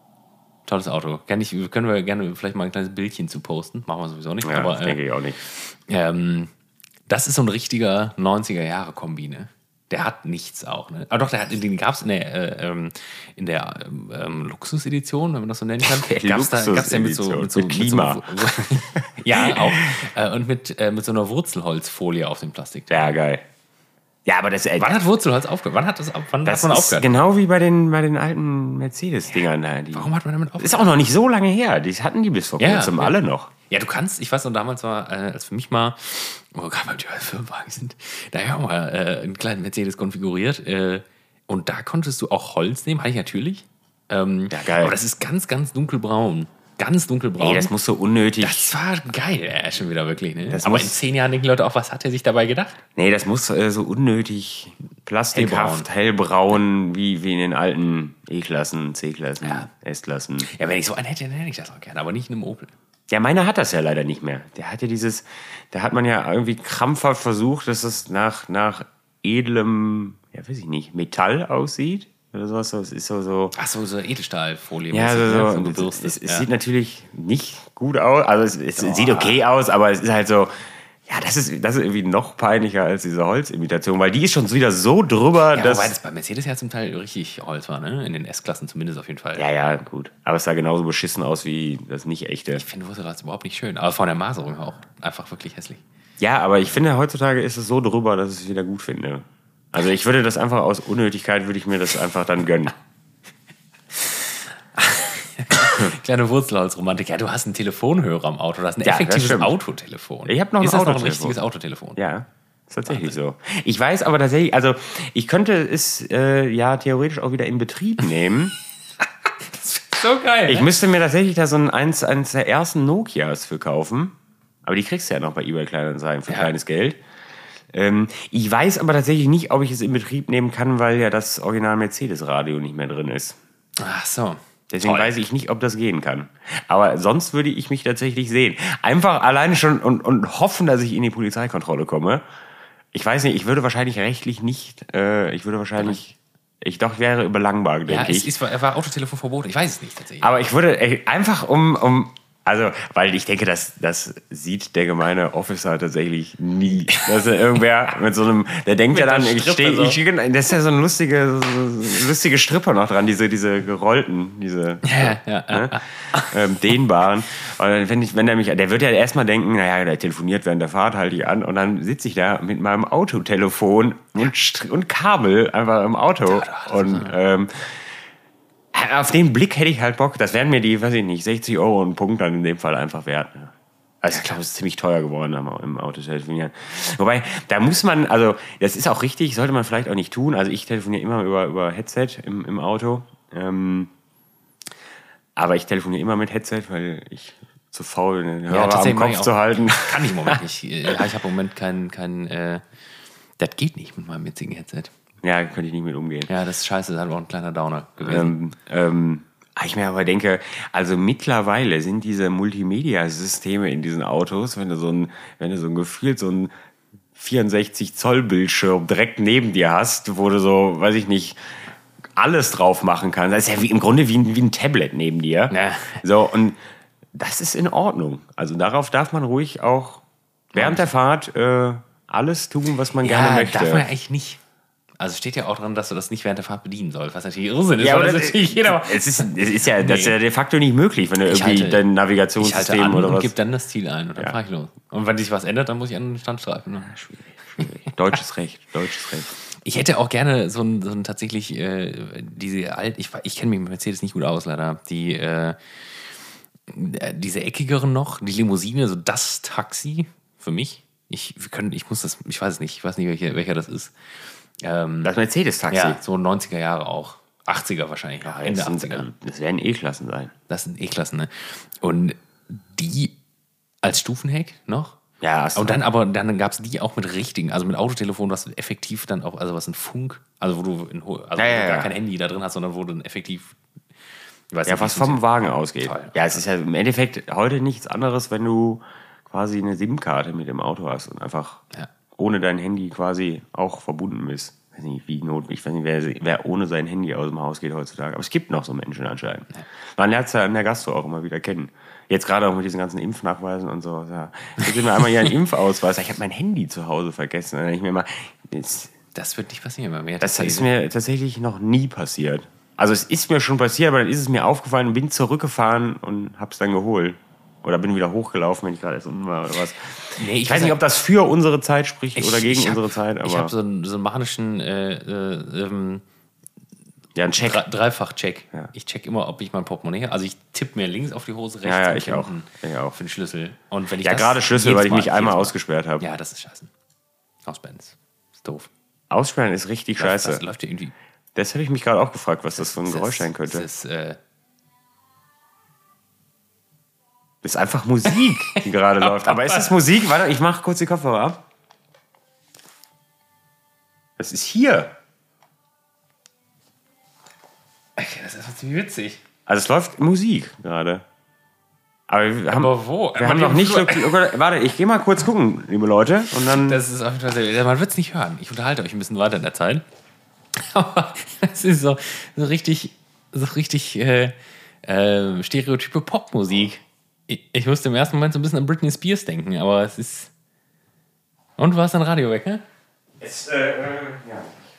Tolles Auto. Kann ich, können wir gerne vielleicht mal ein kleines Bildchen zu posten. Machen wir sowieso nicht. Ja, aber das äh, denke ich auch nicht. Ähm, das ist so ein richtiger neunziger-Jahre-Kombi, ne? Der hat nichts auch, ne? Aber doch, der hat, den gab es in der, äh, ähm, in der ähm, Luxusedition, wenn man das so nennen kann. Gab's da, gab's ja mit so, mit so Mit Klima. Mit so, so, ja, auch. Äh, und mit, äh, mit so einer Wurzelholzfolie auf dem Plastik. Ja, geil. Ja, aber das, ey, Wann hat Wurzelholz aufgehört? Wann hat das, wann das hat man ist aufgehört? genau wie bei den, bei den alten Mercedes-Dingern. da, die- Warum hat man damit aufgehört? Ist auch noch nicht so lange her. Die hatten die bis vor Ja, kurzem ja. alle noch. Ja, du kannst, ich weiß noch, damals war, äh, als für mich mal, oh Gott, weil die bei Firmenwagen sind, da haben wir mal äh, einen kleinen Mercedes konfiguriert äh, und da konntest du auch Holz nehmen, hatte ich natürlich. Ähm, Ja, geil. Aber das ist ganz, ganz dunkelbraun. Ganz dunkelbraun. Ey, das muss so unnötig. das war geil, ja, schon wieder wirklich. Ne? Das Aber muss- in zehn Jahren denken die Leute auch, was hat er sich dabei gedacht? Nee, das muss äh, so unnötig plastikhaft, hellbraun, wie, wie in den alten E-Klassen, C-Klassen, Ja. S-Klassen. Ja, wenn ich so einen hätte, dann hätte ich das auch gerne, aber nicht in einem Opel. Ja, meiner hat das ja leider nicht mehr. Der hat ja dieses, da hat man ja irgendwie krampfhaft versucht, dass es nach, nach edlem, ja, weiß ich nicht, Metall aussieht. Oder sowas. Das ist so, so. Ach so, so Edelstahlfolie. Ja, mäßig, so, ne? so, gebürstet. es, es ja. sieht natürlich nicht gut aus. Also es, es Oh. sieht okay aus, aber es ist halt so. Ja, das ist, das ist irgendwie noch peinlicher als diese Holzimitation, weil die ist schon wieder so drüber, Ja, dass. wobei das bei Mercedes ja zum Teil richtig Holz war, ne? In den S-Klassen zumindest auf jeden Fall. Ja, ja, gut. Aber es sah genauso beschissen aus wie das nicht echte. Ich finde Wurzelholz überhaupt nicht schön. Aber von der Maserung auch einfach wirklich hässlich. Ja, aber ich finde, heutzutage ist es so drüber, dass ich es wieder gut finde. Also ich würde das einfach aus Unnötigkeit, würde ich mir das einfach dann gönnen. Kleine Wurzelholzromantik. Ja, du hast einen Telefonhörer am Auto. Du hast ein Ja, effektives das stimmt. Autotelefon. Ich habe noch ein Ist das noch ein Autotelefon. richtiges Autotelefon? Ja, ist tatsächlich so. Ich weiß aber tatsächlich, also ich könnte es äh, ja theoretisch auch wieder in Betrieb nehmen. So geil. Ich ne? müsste mir tatsächlich da so ein eins, eins der ersten Nokias für kaufen. Aber die kriegst du ja noch bei eBay Kleinanzeigen für Ja. kleines Geld. Ähm, ich weiß aber tatsächlich nicht, ob ich es in Betrieb nehmen kann, weil ja das Original Mercedes-Radio nicht mehr drin ist. Ach so. Deswegen Toll. weiß ich nicht, ob das gehen kann. Aber sonst würde ich mich tatsächlich sehen. Einfach alleine schon und, und hoffen, dass ich in die Polizeikontrolle komme. Ich weiß nicht, ich würde wahrscheinlich rechtlich nicht, äh, ich würde wahrscheinlich, ich doch wäre überlangbar, denke Ja, ich. es ist, war Autotelefon verboten. Ich weiß es nicht tatsächlich. Aber ich würde ey, einfach um, um also, weil ich denke, das, das sieht der gemeine Officer tatsächlich nie. Dass er irgendwer mit so einem, der denkt ja Mit dann, der ich Strippe stehe, so. ich, das ist ja so ein lustige, so, lustige Strippe noch dran, diese, diese gerollten, diese Ja, ja, ja. ne, ähm, dehnbaren. Und dann, wenn, ich, wenn der mich, der wird ja erstmal denken, naja, der telefoniert während der Fahrt, halte ich an. Und dann sitze ich da mit meinem Autotelefon und, Str- und Kabel einfach im Auto. Und ähm, auf den Blick hätte ich halt Bock. Das wären mir die, weiß ich nicht, sechzig Euro ein Punkt dann in dem Fall einfach wert. Ne? Also ich glaube, es ist ziemlich teuer geworden im Auto telefonieren. Wobei, da muss man, also das ist auch richtig, sollte man vielleicht auch nicht tun. Also ich telefoniere immer über, über Headset im, im Auto. Ähm, aber ich telefoniere immer mit Headset, weil ich zu faul bin, den Hörer am tatsächlich mache Kopf ich auch. zu halten. Kann ich im Moment nicht. Ja, ich habe im Moment kein, kein äh, das geht nicht mit meinem jetzigen Headset. Ja, könnte ich nicht mit umgehen. Ja, das ist scheiße, das ist halt auch ein kleiner Downer gewesen. Ähm, ähm, ich mir aber denke, also mittlerweile sind diese Multimedia-Systeme in diesen Autos, wenn du so ein, wenn du so ein gefühlt so ein vierundsechzig Zoll Bildschirm direkt neben dir hast, wo du so, weiß ich nicht, alles drauf machen kannst. Das ist ja wie, im Grunde wie ein, wie ein Tablet neben dir. Ja. So, und das ist in Ordnung. Also darauf darf man ruhig auch während der Fahrt äh, alles tun, was man gerne möchte. darf man ja eigentlich nicht. Also steht ja auch dran, dass du das nicht während der Fahrt bedienen sollst, was natürlich Irrsinn ist. Ja, aber weil das, das natürlich jeder. es ist, es ist ja, das ist Nee. ja de facto nicht möglich, wenn du Ich irgendwie halte- dein Ich halte Navigationssystem an oder und was. gebe dann das Ziel ein und dann Ja. fahre ich los. Und wenn sich was ändert, dann muss ich an den Stand streifen. Ne? Schwierig, schwierig. Deutsches Recht, deutsches Recht. Ich hätte auch gerne so ein, so ein tatsächlich äh, diese alt, ich, ich kenne mich mit Mercedes nicht gut aus, leider. Die äh, diese eckigeren noch, die Limousine, so das Taxi für mich. Ich, wir können, ich muss das, ich weiß es nicht, ich weiß nicht, welcher, welcher das ist. Ähm, Das Mercedes-Taxi. ja, so neunziger Jahre auch. achtziger wahrscheinlich noch, Ende das, sind, achtziger. das werden E-Klassen sein. Das sind E-Klassen, ne? Und die als Stufenheck noch. Ja, hast Und du- dann aber, dann gab es die auch mit richtigen, also mit Autotelefon, was effektiv dann auch, also was ein Funk, also wo du, in, also Ja, wo ja, du gar ja. kein Handy da drin hast, sondern wo du dann effektiv, ich weiß Ja, nicht, was wie vom es Wagen ausgeht. Toll. Ja, es ist ja im Endeffekt heute nichts anderes, wenn du quasi eine SIM-Karte mit dem Auto hast und einfach Ja. ohne dein Handy quasi auch verbunden bist. Ich weiß nicht, wie not, ich weiß nicht, wer, wer ohne sein Handy aus dem Haus geht heutzutage. Aber es gibt noch so Menschen anscheinend. Man lernt es ja an der Gastro auch immer wieder kennen. Jetzt gerade auch mit diesen ganzen Impfnachweisen und so. Ja. Jetzt mir einmal hier einen Impfausweis. Ich habe mein Handy zu Hause vergessen. Dann denk ich mir mal, das, Das wird nicht passieren bei mir. das ist mir tatsächlich noch nie passiert. Also es ist mir schon passiert, aber dann ist es mir aufgefallen und bin zurückgefahren und hab's dann geholt. Oder bin wieder hochgelaufen, wenn ich gerade erst unten war oder was. Nee, Ich weiß nicht, ob das für unsere Zeit spricht oder gegen ich hab, unsere Zeit, aber Ich habe so einen, so einen mechanischen äh, äh, ähm, ja, ein Check. Dre- Dreifach-Check. Ja. Ich check immer, ob ich mein Portemonnaie habe. Also ich tippe mir links auf die Hose, rechts Ja, ja, und ich auch. hinten Ich auch. für den Schlüssel. Und wenn ich Ja, das gerade Schlüssel, jedes weil ich mich Mal- einmal jedes Mal- ausgesperrt habe. Ja, das ist scheiße. Ausblenden ist ist doof. Aussperren ist richtig scheiße. Das läuft ja irgendwie. Das habe ich mich gerade auch gefragt, was das für ein das Geräusch ist- sein könnte. Das ist, äh, Das ist einfach Musik, die gerade läuft. Aber ist es Musik? Warte, ich mache kurz die Kopfhörer ab. Das ist hier. okay, das ist ziemlich witzig. Also es läuft Musik gerade. Aber wir haben, Aber wo? wir haben noch nicht so... Warte, ich gehe mal kurz gucken, liebe Leute. Und dann... Das ist auf jeden Fall sehr, man wird es nicht hören. Ich unterhalte euch ein bisschen weiter in der Zeit. Aber es ist so, so richtig, so richtig äh, äh, stereotype Popmusik. Ich, ich musste im ersten Moment so ein bisschen an Britney Spears denken, aber es ist. Und du hast ein Radio weg, ne? Es, äh, äh, ja.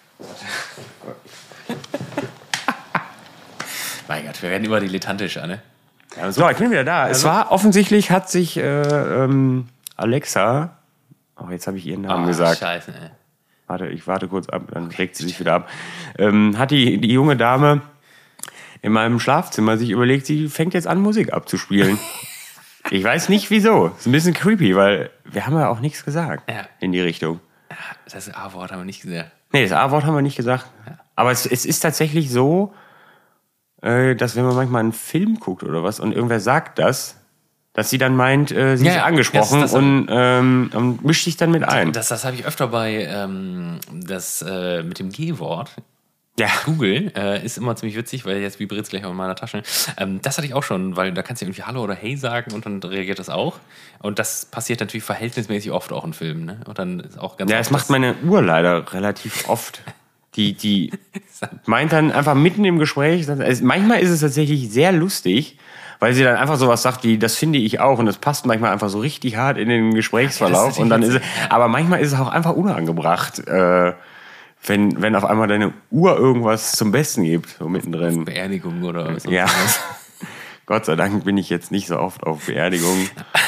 Mein Gott, wir werden immer dilettantischer, ne? So, ich bin wieder da. Es war offensichtlich, hat sich äh, ähm, Alexa Oh, jetzt habe ich ihren Namen Ah, gesagt. Scheiße, ey. Warte, ich warte kurz ab, dann regt sie sich wieder ab. Ähm, hat die, die junge Dame in meinem Schlafzimmer sich überlegt, sie fängt jetzt an, Musik abzuspielen. Ich weiß nicht wieso. Ist ein bisschen creepy, weil wir haben ja auch nichts gesagt Ja. in die Richtung. Das A-Wort haben wir nicht gesagt. Nee, das A-Wort haben wir nicht gesagt. Ja. Aber es, es ist tatsächlich so, äh, dass wenn man manchmal einen Film guckt oder was und irgendwer sagt das, dass sie dann meint, äh, sie Ja, ist ja. angesprochen Das- das- und, ähm, und mischt sich dann mit ein. Das, das habe ich öfter bei ähm, das äh, mit dem G-Wort. Ja. Google äh, ist immer ziemlich witzig, weil jetzt vibriert es gleich auch in meiner Tasche. Ähm, das hatte ich auch schon, weil da kannst du irgendwie Hallo oder Hey sagen und dann reagiert das auch. Und das passiert natürlich verhältnismäßig oft auch in Filmen. Ne? Und dann ist auch ganz Ja, oft das macht meine Uhr leider relativ oft. Die, die meint dann einfach mitten im Gespräch, also manchmal ist es tatsächlich sehr lustig, weil sie dann einfach sowas sagt wie, das finde ich auch und das passt manchmal einfach so richtig hart in den Gesprächsverlauf. Ja, Und dann ist es, ja. aber manchmal ist es auch einfach unangebracht, äh, wenn, wenn auf einmal deine Uhr irgendwas zum Besten gibt, so mittendrin. Beerdigung oder so. Ja. Gott sei Dank bin ich jetzt nicht so oft auf Beerdigungen.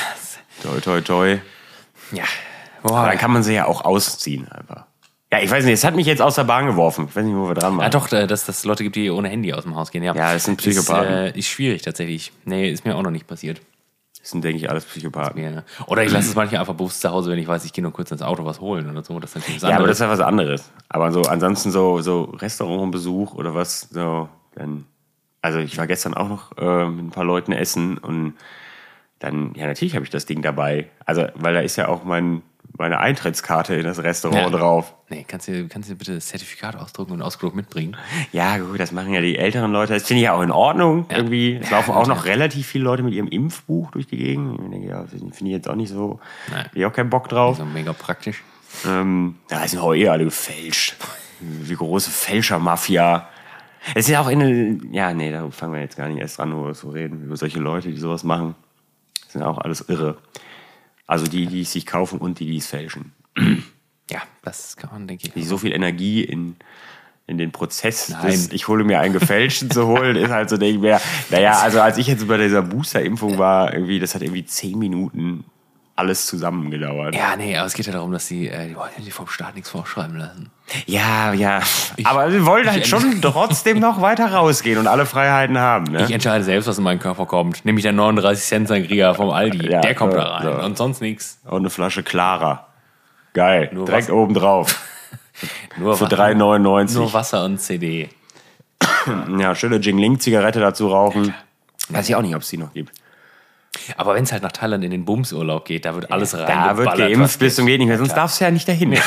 Toi, toi, toi. Ja. Aber Boah. dann kann man sie ja auch ausziehen einfach. Ja, ich weiß nicht, es hat mich jetzt aus der Bahn geworfen. Ich weiß nicht, wo wir dran waren. Ah, doch, äh, dass das Leute gibt, die ohne Handy aus dem Haus gehen. Ja, Ja, das sind Psychopathen. Ist, äh, ist schwierig tatsächlich. Nee, ist mir auch noch nicht passiert. Das sind, denke ich, alles Psychopathen. Ja. Oder ich lasse es manchmal einfach bewusst zu Hause, wenn ich weiß, ich gehe nur kurz ins Auto was holen oder so. Das ist natürlich was Ja, aber das anderes. ist ja was anderes. Aber so ansonsten so, so Restaurantbesuch oder was, so, dann. Also ich war gestern auch noch äh, mit ein paar Leuten essen und dann, ja, natürlich habe ich das Ding dabei. Also, weil da ist ja auch mein, meine Eintrittskarte in das Restaurant Ja. drauf. Nee, kannst du, kannst du bitte das Zertifikat ausdrucken und Ausdruck mitbringen? Ja, gut, das machen ja die älteren Leute. Das finde ich ja auch in Ordnung. Irgendwie. Es laufen auch noch relativ viele Leute mit ihrem Impfbuch durch die Gegend. Ich denke, ja, das finde ich jetzt auch nicht so. Nein. Hab ich auch keinen Bock drauf. Also mega praktisch. Ähm, ja, die sind auch eh alle gefälscht. Die große Fälschermafia. Es ist ja auch in den, ja, nee, da fangen wir jetzt gar nicht erst an, über zu reden, über solche Leute, die sowas machen. Das sind auch alles irre. Also die, die es sich kaufen und die, die es fälschen. Ja, das kann man, denke Die ich. so viel Energie in, in den Prozess, Nein. des, ich hole mir einen gefälschten zu holen, ist halt so, denke ich mir, naja, also als ich jetzt bei dieser Booster-Impfung war, irgendwie, das hat irgendwie zehn Minuten alles zusammen gedauert. Ja, nee, aber es geht ja darum, dass die, äh, die wollen ja die vom Staat nichts vorschreiben lassen. Ja, ja. Aber wir wollen halt ich- schon trotzdem noch weiter rausgehen und alle Freiheiten haben. Ne? Ich entscheide selbst, was in meinen Körper kommt. Nämlich der neununddreißig Cent Sangria vom Aldi. Ja, der kommt so, da rein. so. Und sonst nichts. Und eine Flasche Clara. Geil. Nur Direkt Wasser. oben drauf. Nur Für Wasser- drei neunundneunzig. Nur Wasser und C D. Ja, schöne Jingling-Zigarette dazu rauchen. Weiß ich auch nicht, ob es die noch gibt. Aber wenn es halt nach Thailand in den Bumsurlaub geht, da wird alles rein. Da wird geimpft bis zum geht nicht mehr, sonst darfst du ja nicht dahin.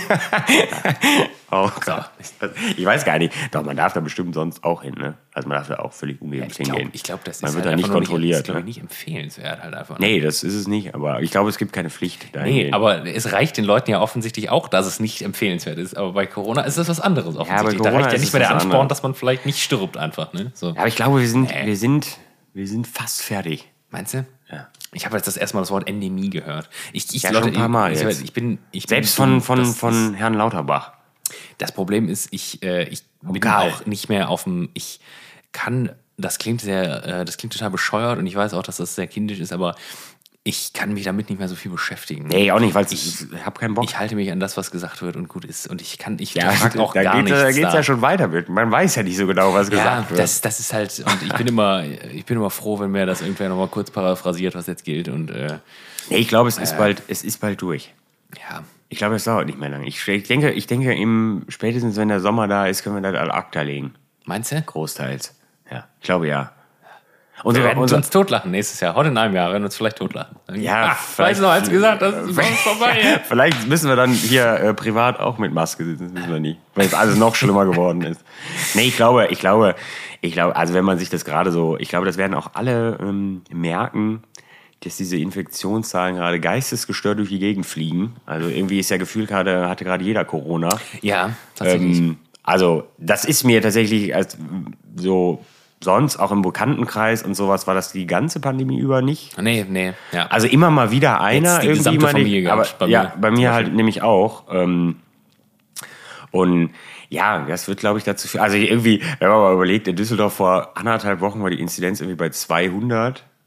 Oh Gott. Ich weiß gar nicht. Doch, man darf da bestimmt sonst auch hin. Ne? Also man darf da auch völlig ungeimpft Ich glaube, hingehen. ich glaub, das Man ist wird halt da nicht einfach nur kontrolliert, Nicht, das ist, glaub ich, ne? nicht empfehlenswert halt einfach. Nee, das ist es nicht. Aber ich glaube, es gibt keine Pflicht dahin. Nee, aber es reicht den Leuten ja offensichtlich auch, dass es nicht empfehlenswert ist. Aber bei Corona ist das was anderes offensichtlich. Corona da reicht ja ist nicht es mehr der was Ansporn, anderes. dass man vielleicht nicht stirbt einfach. Ne? So. Ja, aber ich glaube, wir sind, Nee. wir sind, wir sind fast fertig. Meinst du? Ja. Ich habe jetzt das erste Mal das Wort Endemie gehört. Ich, ich, Ja, schon ein paar Mal ich, jetzt. ich bin, ich Selbst bin, von, von, das von Ist, Herrn Lauterbach. das Problem ist, ich, äh, ich bin Karl. auch nicht mehr auf dem. Ich kann. Das klingt sehr. Äh, das klingt total bescheuert und ich weiß auch, dass das sehr kindisch ist, aber ich kann mich damit nicht mehr so viel beschäftigen. Nee, auch nicht, weil ich, ich habe keinen Bock. Ich halte mich an das, was gesagt wird und gut ist. Und ich kann, ich ja, frag auch da gar geht, nichts. Da geht es da. ja schon weiter mit. Man weiß ja nicht so genau, was Ja, gesagt wird. das, das ist halt, und ich bin immer, ich bin immer froh, wenn mir das irgendwer nochmal kurz paraphrasiert, was jetzt gilt. Und äh, Nee, ich glaube, es ist bald, es ist bald durch. ja, Ich glaube, es dauert nicht mehr lange. Ich, ich denke, ich denke im, spätestens wenn der Sommer da ist, können wir das ad acta legen. meinst du? Großteils. Ja, ich glaube ja. Und wir werden unser- uns totlachen nächstes Jahr. Heute in einem Jahr werden wir uns vielleicht totlachen. Ja, Ach, weißt du noch, als gesagt, das ist bei uns vorbei. Vielleicht müssen wir dann hier äh, privat auch mit Maske sitzen, das wissen wir nicht, weil es alles noch schlimmer geworden ist. Nee, ich glaube, ich glaube, ich glaube, also wenn man sich das gerade so, ich glaube, das werden auch alle ähm, merken, dass diese Infektionszahlen gerade geistesgestört durch die Gegend fliegen. Also irgendwie ist ja gefühlt gerade, hatte gerade jeder Corona. Ja, tatsächlich. Ähm, also das ist mir tatsächlich als so sonst auch im Bekanntenkreis und sowas war das die ganze Pandemie über nicht. nee, nee, ja. Also immer mal wieder einer Jetzt die irgendwie gesamte mal Familie nicht, gehabt, aber bei mir ja, bei zum mir Beispiel. halt nämlich auch. Ähm, und ja, das wird, glaube ich, dazu führen. Also irgendwie, wenn man mal überlegt, in Düsseldorf vor anderthalb Wochen war die Inzidenz irgendwie bei zweihundert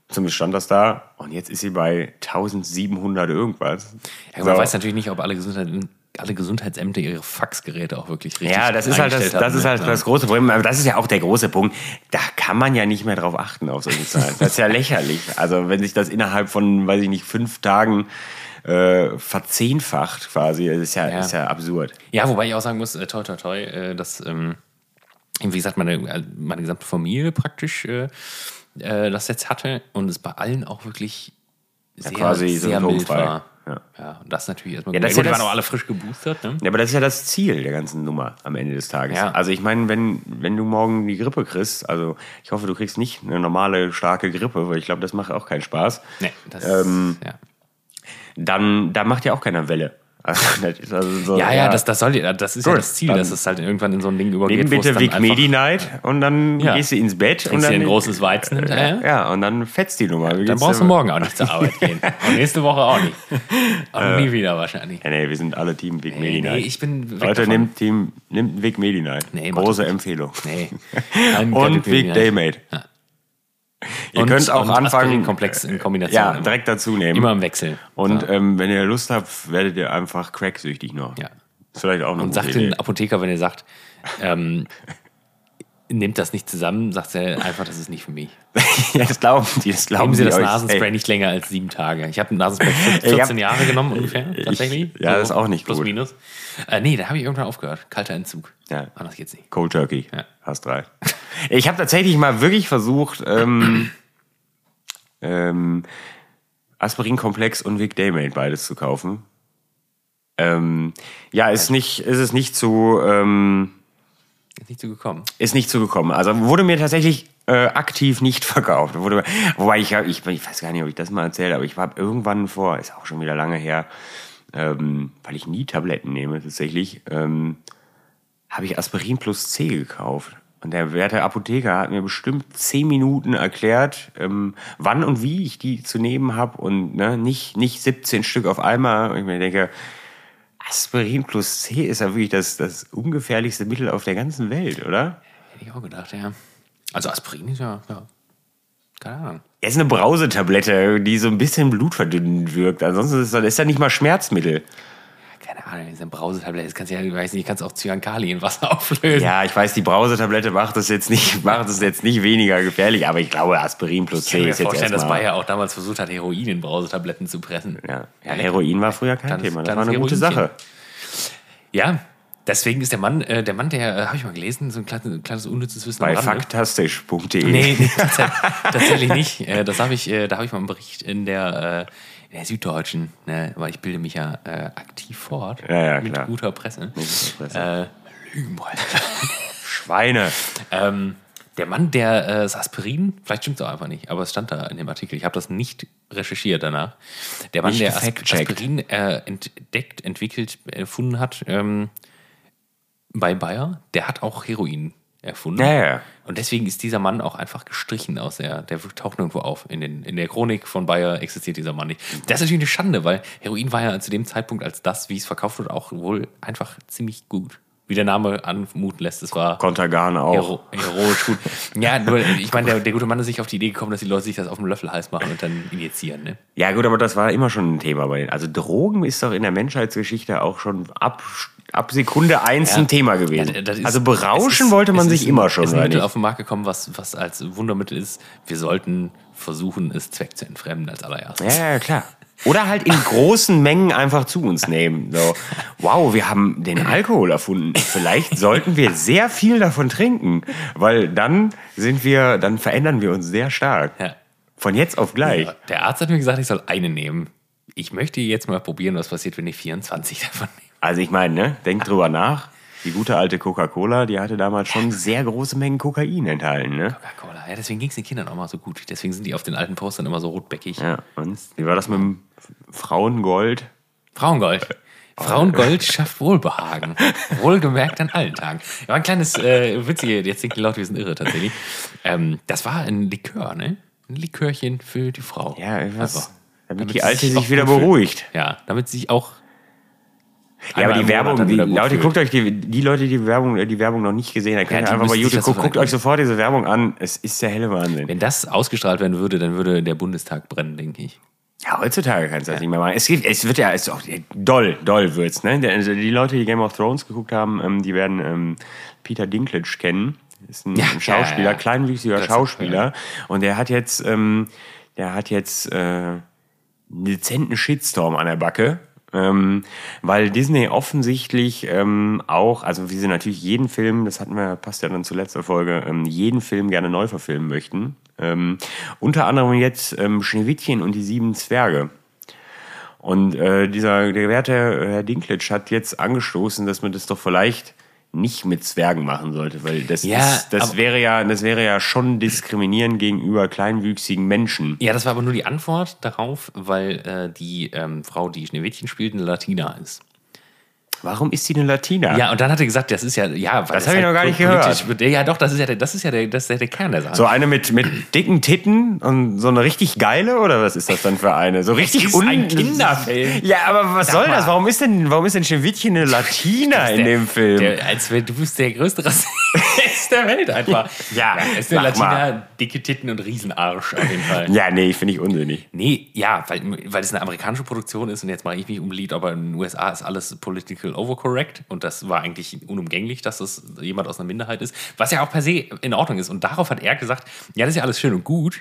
Zumindest stand das da. Und jetzt ist sie bei eintausendsiebenhundert irgendwas. Ja, man so. weiß natürlich nicht, ob alle, Gesundheit, alle Gesundheitsämter ihre Faxgeräte auch wirklich richtig Ja, das ist halt das, das, ist halt das große Problem. Aber das ist ja auch der große Punkt. Da kann man ja nicht mehr drauf achten auf solche Zahlen. Das ist ja lächerlich. Also wenn sich das innerhalb von, weiß ich nicht, fünf Tagen äh, verzehnfacht quasi, das ist ja, ja. ist ja absurd. Ja, wobei ich auch sagen muss, äh, toi, toi, toi, äh, dass, ähm, wie gesagt, meine, meine gesamte Familie praktisch äh, äh, das jetzt hatte und es bei allen auch wirklich sehr, ja, quasi sehr mild war. Ja. ja, und das natürlich erstmal ja, gut. Das ja, gut, die waren auch alle frisch geboostert. Ne? Ja, aber das ist ja das Ziel der ganzen Nummer am Ende des Tages. Ja. Also ich meine, wenn, wenn du morgen die Grippe kriegst, also ich hoffe, du kriegst nicht eine normale, starke Grippe, weil ich glaube, das macht auch keinen Spaß. Nee, das ähm, ja. Dann da macht ja auch keiner Welle. Also, das ist also so, ja, ja, das, das, soll, das ist Gut, ja das Ziel, dass es halt irgendwann in so ein Ding übergeht. Nimm bitte Vic Medi-Night und dann ja. gehst du ins Bett. Trinkst und dann dir ein großes Weizen hinterher. Ja, und dann fetzt die Nummer. Dann brauchst du morgen auch nicht zur Arbeit gehen. Und nächste Woche auch nicht. Und äh, nie wieder wahrscheinlich. Ja, nee, wir sind alle Team Vic Medi-Night. Nee, ich bin weg Leute, nimmt, Team, nimmt Vic Medi-Night. Nee, Große Empfehlung. Nee. Und Vic Daymate. Ja. Ihr und, könnt auch anfangen. Komplex in Kombination. Ja, direkt dazu nehmen. Immer im Wechsel. Und ja. ähm, wenn ihr Lust habt, werdet ihr einfach cracksüchtig noch. Ja. Ist vielleicht auch eine Und sagt den Apotheker, wenn ihr sagt, ähm, nehmt das nicht zusammen, sagt er einfach, das ist nicht für mich. Ja, das glauben Sie. Das glauben Nehmen Sie das euch. Nasenspray Ey. nicht länger als sieben Tage. Ich habe ein Nasenspray vierzehn Jahre genommen ungefähr, tatsächlich. Ich, ja, so, das ist auch nicht plus, gut. Plus, minus. Äh, nee, da habe ich irgendwann aufgehört. Kalter Entzug. Ja. Anders geht's nicht. Cold Turkey. Ja. Hast drei. Ich habe tatsächlich mal wirklich versucht, ähm, ähm, Aspirinkomplex und Vic Daymate beides zu kaufen. Ähm, ja, ist nicht, ist es nicht zu, ähm, ist nicht zugekommen. Ist nicht zugekommen. Also wurde mir tatsächlich äh, aktiv nicht verkauft. Wurde, wobei ich, ich, ich weiß gar nicht, ob ich das mal erzählt habe, aber ich habe irgendwann vor, ist auch schon wieder lange her, ähm, weil ich nie Tabletten nehme tatsächlich, ähm, habe ich Aspirin plus C gekauft. Und der werte Apotheker hat mir bestimmt zehn Minuten erklärt, ähm, wann und wie ich die zu nehmen habe und ne, nicht, nicht siebzehn Stück auf einmal. Und ich mir denke, Aspirin plus C ist ja wirklich das, das ungefährlichste Mittel auf der ganzen Welt, oder? Hätte ich auch gedacht, ja. Also Aspirin ist ja, ja. Keine Ahnung. Es ist eine Brausetablette, die so ein bisschen blutverdünnend wirkt. Ansonsten ist das ist ja nicht mal Schmerzmittel. Keine Ahnung, diese Brausetablette, das kannst du ja, ich weiß nicht, kannst auch Cyankali in Wasser auflösen. Ja, ich weiß, die Brausetablette macht es jetzt nicht, macht es jetzt nicht weniger gefährlich, aber ich glaube, Aspirin plus C ist jetzt erstmal... Ich kann mir vorstellen, dass Bayer auch damals versucht hat, Heroin in Brausetabletten zu pressen. Ja, ja Heroin war früher kein dann, Thema, das dann war eine gute Sache. Ja, deswegen ist der Mann, äh, der Mann, der, äh, habe ich mal gelesen, so ein kleines, ein kleines unnützes Wissen. Bei faktastisch punkt de. Nee, nee tatsächlich nicht. Äh, das habe ich, äh, da habe ich mal einen Bericht in der... Äh, der Süddeutschen, ne, weil ich bilde mich ja äh, aktiv fort ja, ja, mit klar. guter Presse. Mit guter Presse. Äh, Lügenbolde. Schweine. Ähm, der Mann, der äh, das Aspirin, vielleicht stimmt es auch einfach nicht, aber es stand da in dem Artikel, ich habe das nicht recherchiert danach. Der Mann, nicht der As- Aspirin äh, entdeckt, entwickelt, erfunden hat ähm, bei Bayer, der hat auch Heroin erfunden. Ja, ja. Und deswegen ist dieser Mann auch einfach gestrichen aus der, der taucht nirgendwo auf. In, den, in der Chronik von Bayer existiert dieser Mann nicht. Das ist natürlich eine Schande, weil Heroin war ja zu dem Zeitpunkt als das, wie es verkauft wird, auch wohl einfach ziemlich gut. Wie der Name anmuten lässt, es war... Kontergan auch. Hero, heroisch gut. Ja, nur, ich meine, der, der gute Mann ist sich auf die Idee gekommen, dass die Leute sich das auf dem Löffel heiß machen und dann injizieren, ne? Ja gut, aber das war immer schon ein Thema bei denen. Also Drogen ist doch in der Menschheitsgeschichte auch schon ab... ab Sekunde eins ja. ein Thema gewesen. Ja, ist, also berauschen ist, wollte man sich immer schon. Es ist ein Mittel auf den Markt gekommen, was, was als Wundermittel ist. Wir sollten versuchen, es Zweck zu entfremden als allererstes. Ja, ja, klar. Oder halt in großen Mengen einfach zu uns nehmen. So, wow, wir haben den Alkohol erfunden. Vielleicht sollten wir sehr viel davon trinken, weil dann sind wir, dann verändern wir uns sehr stark. Ja. Von jetzt auf gleich. Ja, der Arzt hat mir gesagt, ich soll eine nehmen. Ich möchte jetzt mal probieren, was passiert, wenn ich vierundzwanzig davon nehme. Also ich meine, ne, denk drüber nach. Die gute alte Coca-Cola, die hatte damals schon sehr große Mengen Kokain enthalten, ne? Coca-Cola, ja, deswegen ging es den Kindern auch mal so gut. Deswegen sind die auf den alten Postern immer so rotbäckig. Ja, und wie war das mit dem Frauengold? Frauengold. Frauengold schafft Wohlbehagen. Wohlgemerkt an allen Tagen. Ja, ein kleines, äh, witzige, jetzt denken die Leute, wir sind irre tatsächlich. Ähm, das war ein Likör, ne? Ein Likörchen für die Frau. Ja, was, also, damit, damit die Alte sich, sich wieder beruhigt. Ja, damit sie sich auch Ja, aber die Werbung, die, Leute, guckt euch die, die Leute, die die Werbung, die Werbung noch nicht gesehen haben, könnt ihr einfach bei YouTube guckt, guckt euch sofort diese Werbung an. Es ist der helle Wahnsinn. Wenn das ausgestrahlt werden würde, dann würde der Bundestag brennen, denke ich. Ja, heutzutage kannst du das ja nicht mehr machen. Es, gibt, es wird ja, es ist auch doll, doll wird's, ne? Also die Leute, die Game of Thrones geguckt haben, die werden ähm, Peter Dinklage kennen. Ist ein, ja, ein Schauspieler, ja, ja. kleinwüchsiger das Schauspieler. Ist, ja. Und der hat jetzt, ähm, der hat jetzt äh, einen dezenten Shitstorm an der Backe. Ähm, weil Disney offensichtlich ähm, auch, also wie sie natürlich jeden Film, das hatten wir, passt ja dann zur letzten Folge, ähm, jeden Film gerne neu verfilmen möchten. Ähm, unter anderem jetzt ähm, Schneewittchen und die sieben Zwerge. Und äh, dieser, der werte Herr Dinklage hat jetzt angestoßen, dass man das doch vielleicht nicht mit Zwergen machen sollte, weil das ja, ist, das wäre ja, das wäre ja schon diskriminierend gegenüber kleinwüchsigen Menschen. Ja, das war aber nur die Antwort darauf, weil äh, die ähm, Frau, die Schneewittchen spielt, eine Latina ist. Warum ist sie eine Latina? Ja, und dann hat er gesagt, das ist ja, ja, weil das habe ich noch gar nicht gehört. Ja, doch, das ist ja der, das ist ja der, das ist ja der Kern der Sache. So eine mit, mit dicken Titten und so eine richtig geile, oder was ist das dann für eine? So richtig un- ein Kinderfilm. Ja, aber was Sag soll mal. das? Warum ist denn, warum ist denn Schneewittchen eine Latina in der, dem Film? Der, als wenn du bist der größte Rassist der Welt einfach. Ja, es ist eine Latina, mal. dicke Titten und Riesenarsch auf jeden Fall. Ja, nee, finde ich unsinnig. Nee, ja, weil, weil es eine amerikanische Produktion ist und jetzt mache ich mich unbeliebt, aber in den U S A ist alles political overcorrect. Und das war eigentlich unumgänglich, dass das jemand aus einer Minderheit ist. Was ja auch per se in Ordnung ist. Und darauf hat er gesagt, ja, das ist ja alles schön und gut.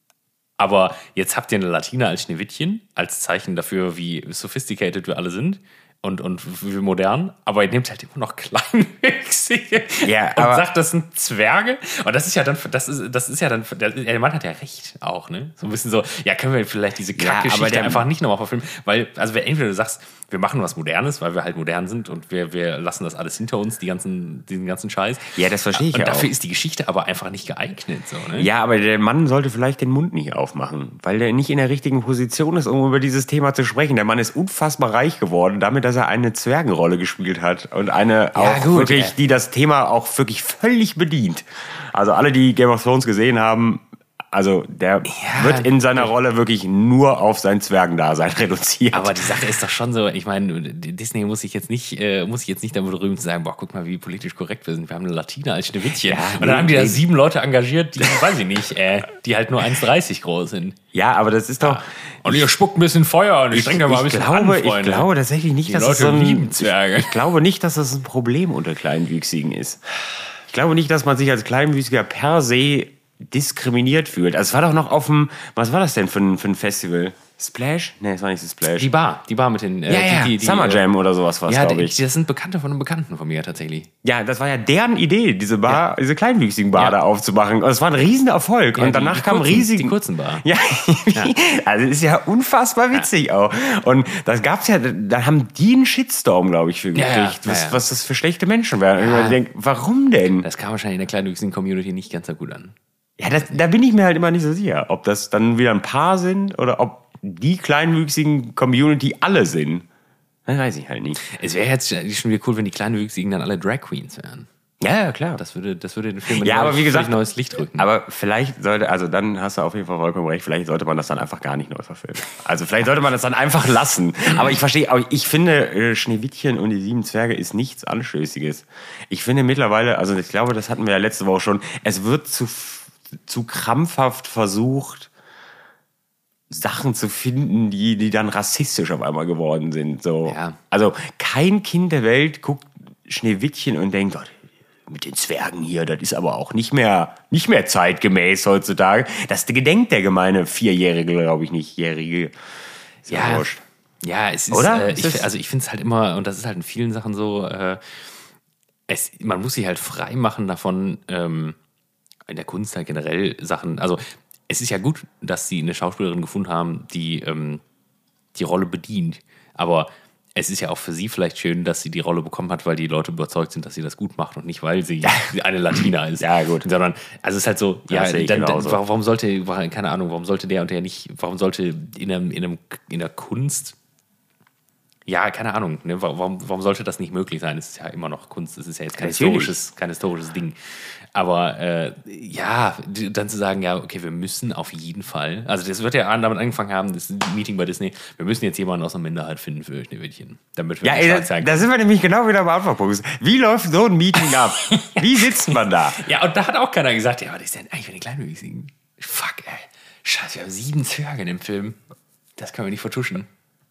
Aber jetzt habt ihr eine Latina als Schneewittchen, als Zeichen dafür, wie sophisticated wir alle sind. Und, und wie modern, aber ihr nehmt halt immer noch kleinwüchsige ja, und sagt, das sind Zwerge. Und das ist ja dann, das ist, das ist ja dann, der Mann hat ja recht auch, ne? So ein bisschen so, ja, können wir vielleicht diese Kackgeschichte ja, einfach nicht nochmal verfilmen, weil, also entweder du sagst, wir machen was Modernes, weil wir halt modern sind und wir, wir lassen das alles hinter uns, die ganzen, diesen ganzen Scheiß. Ja, das verstehe ich ja auch. Und dafür ist die Geschichte aber einfach nicht geeignet, so, ne? Ja, aber der Mann sollte vielleicht den Mund nicht aufmachen, weil der nicht in der richtigen Position ist, um über dieses Thema zu sprechen. Der Mann ist unfassbar reich geworden, damit, dass er eine Zwergenrolle gespielt hat und eine auch ja, gut, wirklich, ja. die das Thema auch wirklich völlig bedient. Also alle, die Game of Thrones gesehen haben, also der ja, wird in seiner Rolle wirklich nur auf sein Zwergendasein reduziert. Aber die Sache ist doch schon so, ich meine, Disney muss sich jetzt nicht, äh, muss sich jetzt nicht damit rühmen zu sagen, boah, guck mal, wie politisch korrekt wir sind. Wir haben eine Latina als Schneewittchen. Ja, und dann nee, haben die da nee. sieben Leute engagiert, die, weiß ich nicht, äh, die halt nur eins Komma dreißig groß sind. Ja, aber das ist doch... Ja. Und ihr spuckt ein bisschen Feuer und ich streng da mal ein bisschen glaube, an, Freunde. Ich glaube tatsächlich nicht, die dass Leute das so ein... lieben Zwerge. Ich glaube nicht, dass das ein Problem unter Kleinwüchsigen ist. Ich glaube nicht, dass man sich als Kleinwüchsiger per se diskriminiert fühlt. Also es war doch noch auf dem, was war das denn für ein, für ein Festival? Splash? Nee, es war nicht das Splash. Die Bar, die Bar mit den... Äh, ja, ja, die, die, Summer die, Jam oder sowas war es, ja, glaube ich. Das sind Bekannte von einem Bekannten von mir tatsächlich. Ja, das war ja deren Idee, diese Bar, ja. diese kleinwüchsigen Bar ja. da aufzumachen. Und es war ein Riesenerfolg. Ja, und danach die, die kam riesig... Die kurzen Bar. Ja, ja. Also das ist ja unfassbar witzig ja. auch. Und das gab's ja, da haben die einen Shitstorm, glaube ich, für gekriegt, ja, ja. was, ja, ja. was das für schlechte Menschen wären. Und ich denke, warum denn? Das kam wahrscheinlich in der kleinwüchsigen Community nicht ganz so gut an. Ja, das, da bin ich mir halt immer nicht so sicher, ob das dann wieder ein Paar sind oder ob die kleinwüchsigen Community alle sind. Das weiß ich halt nicht. Es wäre jetzt schon wieder cool, wenn die kleinwüchsigen dann alle Drag Queens wären. Ja, ja, klar. Das würde, das würde den Film ja, aber wie gesagt, neues Licht rücken. Aber vielleicht sollte, also dann hast du auf jeden Fall vollkommen recht, vielleicht sollte man das dann einfach gar nicht neu verfilmen. Also vielleicht sollte man das dann einfach lassen. Aber ich verstehe, aber ich finde, Schneewittchen und die sieben Zwerge ist nichts Anstößiges. Ich finde mittlerweile, also ich glaube, das hatten wir ja letzte Woche schon, es wird zu, zu krampfhaft versucht, Sachen zu finden, die, die dann rassistisch auf einmal geworden sind. So. Ja. Also kein Kind der Welt guckt Schneewittchen und denkt, oh, mit den Zwergen hier, das ist aber auch nicht mehr, nicht mehr zeitgemäß heutzutage. Das gedenkt der gemeine Vierjährige, glaube ich nicht, Jährige. Ist ja, wurscht. Ja, es ist, Oder? Äh, ich, also ich finde es halt immer, und das ist halt in vielen Sachen so, äh, es, man muss sich halt frei machen davon, ähm, in der Kunst halt generell Sachen, also es ist ja gut, dass sie eine Schauspielerin gefunden haben, die ähm, die Rolle bedient. Aber es ist ja auch für sie vielleicht schön, dass sie die Rolle bekommen hat, weil die Leute überzeugt sind, dass sie das gut macht und nicht, weil sie eine Latina ist. Ja, gut. Sondern, also es ist halt so, ja, dann, dann, so. warum sollte, keine Ahnung, warum sollte der und der nicht, warum sollte in, einem, in, einem, in der Kunst ja, keine Ahnung, ne? warum, warum sollte das nicht möglich sein? Es ist ja immer noch Kunst, es ist ja jetzt kein, Natürlich. historisches, kein historisches Ding. Aber äh, ja, dann zu sagen, ja, okay, wir müssen auf jeden Fall, also das wird ja damit angefangen haben, das Meeting bei Disney, wir müssen jetzt jemanden aus einer Minderheit finden für Schneewittchen, damit wir Ja, ey, da, da sind wir nämlich genau wieder beim Anfangspunkt. Wie läuft so ein Meeting ab? Wie sitzt man da? Ja, und da hat auch keiner gesagt, ja, was ist denn eigentlich, wenn die Kleinwüchsigen singen? Fuck, ey. Scheiße, wir haben sieben Zwerge in dem Film. Das können wir nicht vertuschen.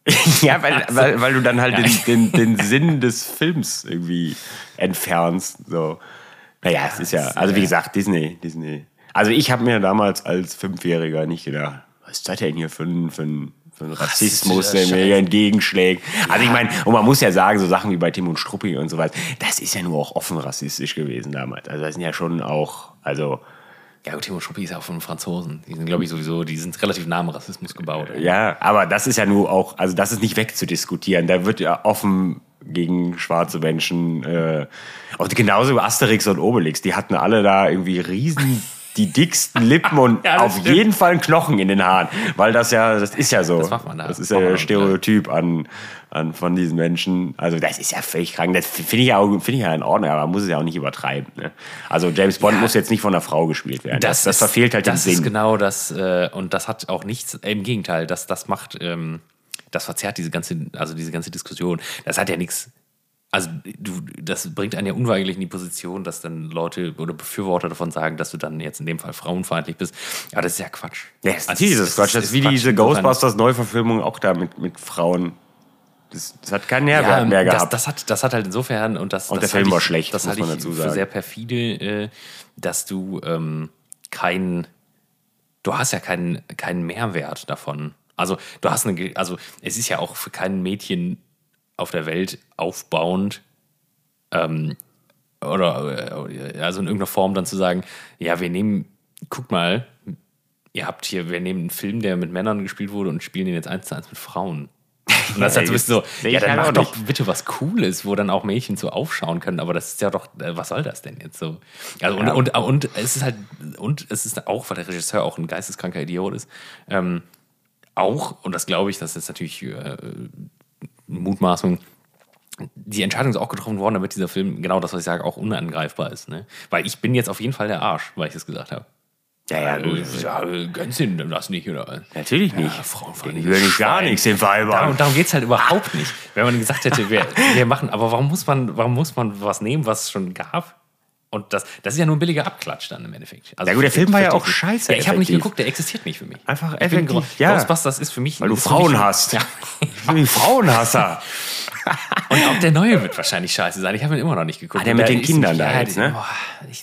Ja, weil, weil, weil du dann halt den, den, den Sinn des Films irgendwie entfernst. So. Naja, ja, es ist ja, also wie gesagt, Disney, Disney. Also ich habe mir damals als Fünfjähriger nicht gedacht, was ist das denn hier für ein, für ein, für ein Rassismus, der mir hier entgegenschlägt. Also ich meine, und man muss ja sagen, so Sachen wie bei Tim und Struppi und so was, das ist ja nur auch offen rassistisch gewesen damals. Also das sind ja schon auch, also... Ja, gut, Tim und Struppi ist ja auch von den Franzosen. Die sind, glaube ich, sowieso, die sind relativ nah am Rassismus gebaut. Ja, aber das ist ja nur auch, also das ist nicht wegzudiskutieren. Da wird ja offen gegen schwarze Menschen, äh, auch genauso Asterix und Obelix, die hatten alle da irgendwie riesen, die dicksten Lippen und ja, auf stimmt. jeden Fall einen Knochen in den Haaren, weil das ja, das ist ja so. Das macht man da. Das ist ja der Stereotyp an, an von diesen Menschen. Also das ist ja völlig krank. Das finde ich ja auch, finde ich ja in Ordnung, aber man muss es ja auch nicht übertreiben. Ne? Also James Bond ja, muss jetzt nicht von einer Frau gespielt werden. Das, das, das ist, verfehlt halt den das Sinn. Das ist genau das, äh, und das hat auch nichts, äh, im Gegenteil, das, das macht, ähm, das verzerrt diese ganze, also diese ganze Diskussion. Das hat ja nichts. Also du, das bringt einen ja unweigerlich in die Position, dass dann Leute oder Befürworter davon sagen, dass du dann jetzt in dem Fall frauenfeindlich bist. Aber das ist ja Quatsch. Ja, das also, ist Quatsch. Das ist wie Quatsch. Diese Ghostbusters-Neuverfilmung auch da mit, mit Frauen. Das, das hat keinen Nährwert ja, mehr gehabt. Das, das, hat, das hat halt insofern, und das, und das der Film ich, war schlecht, das halte ich dazu für sagen. Sehr perfide, äh, dass du ähm, keinen, du hast ja keinen, keinen Mehrwert davon. Also du hast eine, also es ist ja auch für kein Mädchen auf der Welt aufbauend ähm, oder also in irgendeiner Form dann zu sagen, ja, wir nehmen, guck mal, ihr habt hier, wir nehmen einen Film, der mit Männern gespielt wurde und spielen den jetzt eins zu eins mit Frauen. Und das ist halt so ein bisschen so, ja, dann mach doch bitte was Cooles, wo dann auch Mädchen so aufschauen können, aber das ist ja doch, was soll das denn jetzt so? Also ja. und, und, und es ist halt, und es ist auch, weil der Regisseur auch ein geisteskranker Idiot ist, ähm, auch, und das glaube ich, das ist natürlich äh, Mutmaßung, die Entscheidung ist auch getroffen worden, damit dieser Film, genau das, was ich sage, auch unangreifbar ist. Ne? Weil ich bin jetzt auf jeden Fall der Arsch, weil ich das gesagt habe. Ja, ja, gut. Äh, ja, ganz hin, das nicht, oder? Natürlich nicht. Ja, Frauenfeindlich. Ich will nicht gar nichts den Weibern. Darum, darum geht es halt überhaupt nicht. Wenn man gesagt hätte, wir, wir machen, aber warum muss man, warum muss man was nehmen, was es schon gab? Und das, das ist ja nur ein billiger Abklatsch dann im Endeffekt. Also ja gut, der Film war ja auch scheiße. Ja, ich habe nicht geguckt, der existiert nicht für mich. Einfach effektiv. Ja. Ghostbusters ist für mich... Weil du Frauen mich, hast. Ja. Ich bin ein Frauenhasser. Und auch der neue wird wahrscheinlich scheiße sein. Ich habe ihn immer noch nicht geguckt. Ah, der mit den Kindern da jetzt, ne? Boah, ich,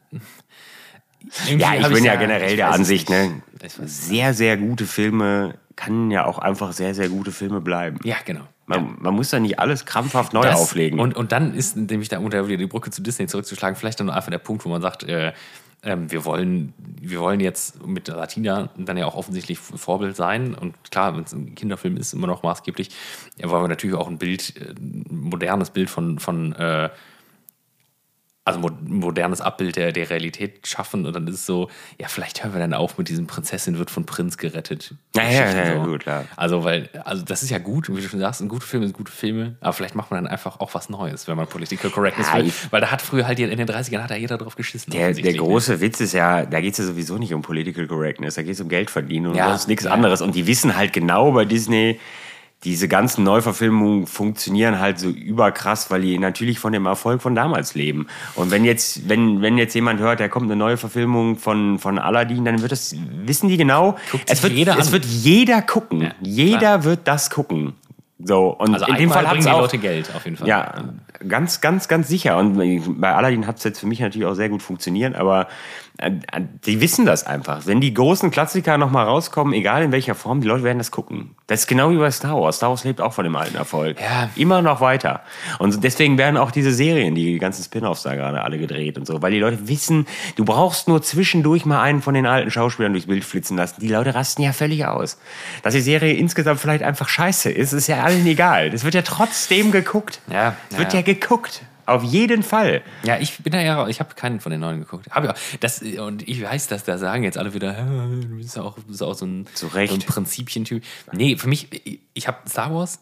ja, ich bin ja generell der Ansicht, ne? Sehr, sehr gute Filme kann ja auch einfach sehr, sehr gute Filme bleiben. Ja, genau. Man, ja. man muss da nicht alles krampfhaft neu das, auflegen. Und, und dann ist nämlich da unter wieder die Brücke zu Disney zurückzuschlagen, vielleicht dann einfach der Punkt, wo man sagt, äh, äh, wir, wollen, wir wollen jetzt mit Latina dann ja auch offensichtlich Vorbild sein. Und klar, wenn es ein Kinderfilm ist, immer noch maßgeblich, ja, wollen wir natürlich auch ein Bild, ein modernes Bild von, von äh, also ein modernes Abbild der, der Realität schaffen. Und dann ist es so, ja, vielleicht hören wir dann auf mit diesem Prinzessin wird von Prinz gerettet. Ja, ja, ja, so. Gut, klar. Also, weil, also das ist ja gut, wie du schon sagst, ein gute Film sind gute Filme, aber vielleicht macht man dann einfach auch was Neues, wenn man Political Correctness ja, will. Weil da hat früher halt in den dreißigern hat da jeder drauf geschissen. Der, der große Witz ist ja, da geht es ja sowieso nicht um Political Correctness, da geht es um Geld verdienen und ja, das ist nichts ja. anderes. Und die wissen halt genau bei Disney, diese ganzen Neuverfilmungen funktionieren halt so überkrass, weil die natürlich von dem Erfolg von damals leben. Und wenn jetzt, wenn, wenn jetzt jemand hört, da kommt eine neue Verfilmung von, von Aladdin, dann wird das, wissen die genau, es wird, jeder es an. wird jeder gucken. Ja, jeder klar. wird das gucken. So, und also in dem Fall bringen die auch, Leute Geld, auf jeden Fall. Ja, ganz, ganz, ganz sicher. Und bei Aladdin hat es jetzt für mich natürlich auch sehr gut funktioniert, aber äh, die wissen das einfach. Wenn die großen Klassiker nochmal rauskommen, egal in welcher Form, die Leute werden das gucken. Das ist genau wie bei Star Wars. Star Wars lebt auch von dem alten Erfolg. Ja. Immer noch weiter. Und deswegen werden auch diese Serien, die ganzen Spin-Offs da gerade alle gedreht und so, weil die Leute wissen, du brauchst nur zwischendurch mal einen von den alten Schauspielern durchs Bild flitzen lassen. Die Leute rasten ja völlig aus. Dass die Serie insgesamt vielleicht einfach scheiße ist, ist ja allen egal. Das wird ja trotzdem geguckt. Ja, es wird ja, ja geguckt. Auf jeden Fall. Ja, ich bin da ja, ich habe keinen von den neuen geguckt. Hab ja, das, und ich weiß, dass da sagen jetzt alle wieder, du bist auch, du bist auch so ein, so ein Prinzipientyp. Nee, für mich, ich, ich habe Star Wars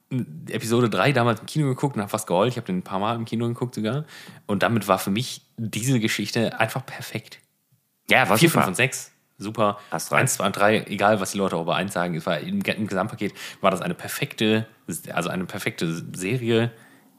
Episode drei damals im Kino geguckt und habe fast geheult. Ich habe den ein paar Mal im Kino geguckt sogar. Und damit war für mich diese Geschichte einfach perfekt. Ja, war vier, super. fünf und sechs, super. Hast recht. eins, zwei und drei, egal was die Leute auch über eins sagen, es war im, im Gesamtpaket war das eine perfekte, also eine perfekte Serie.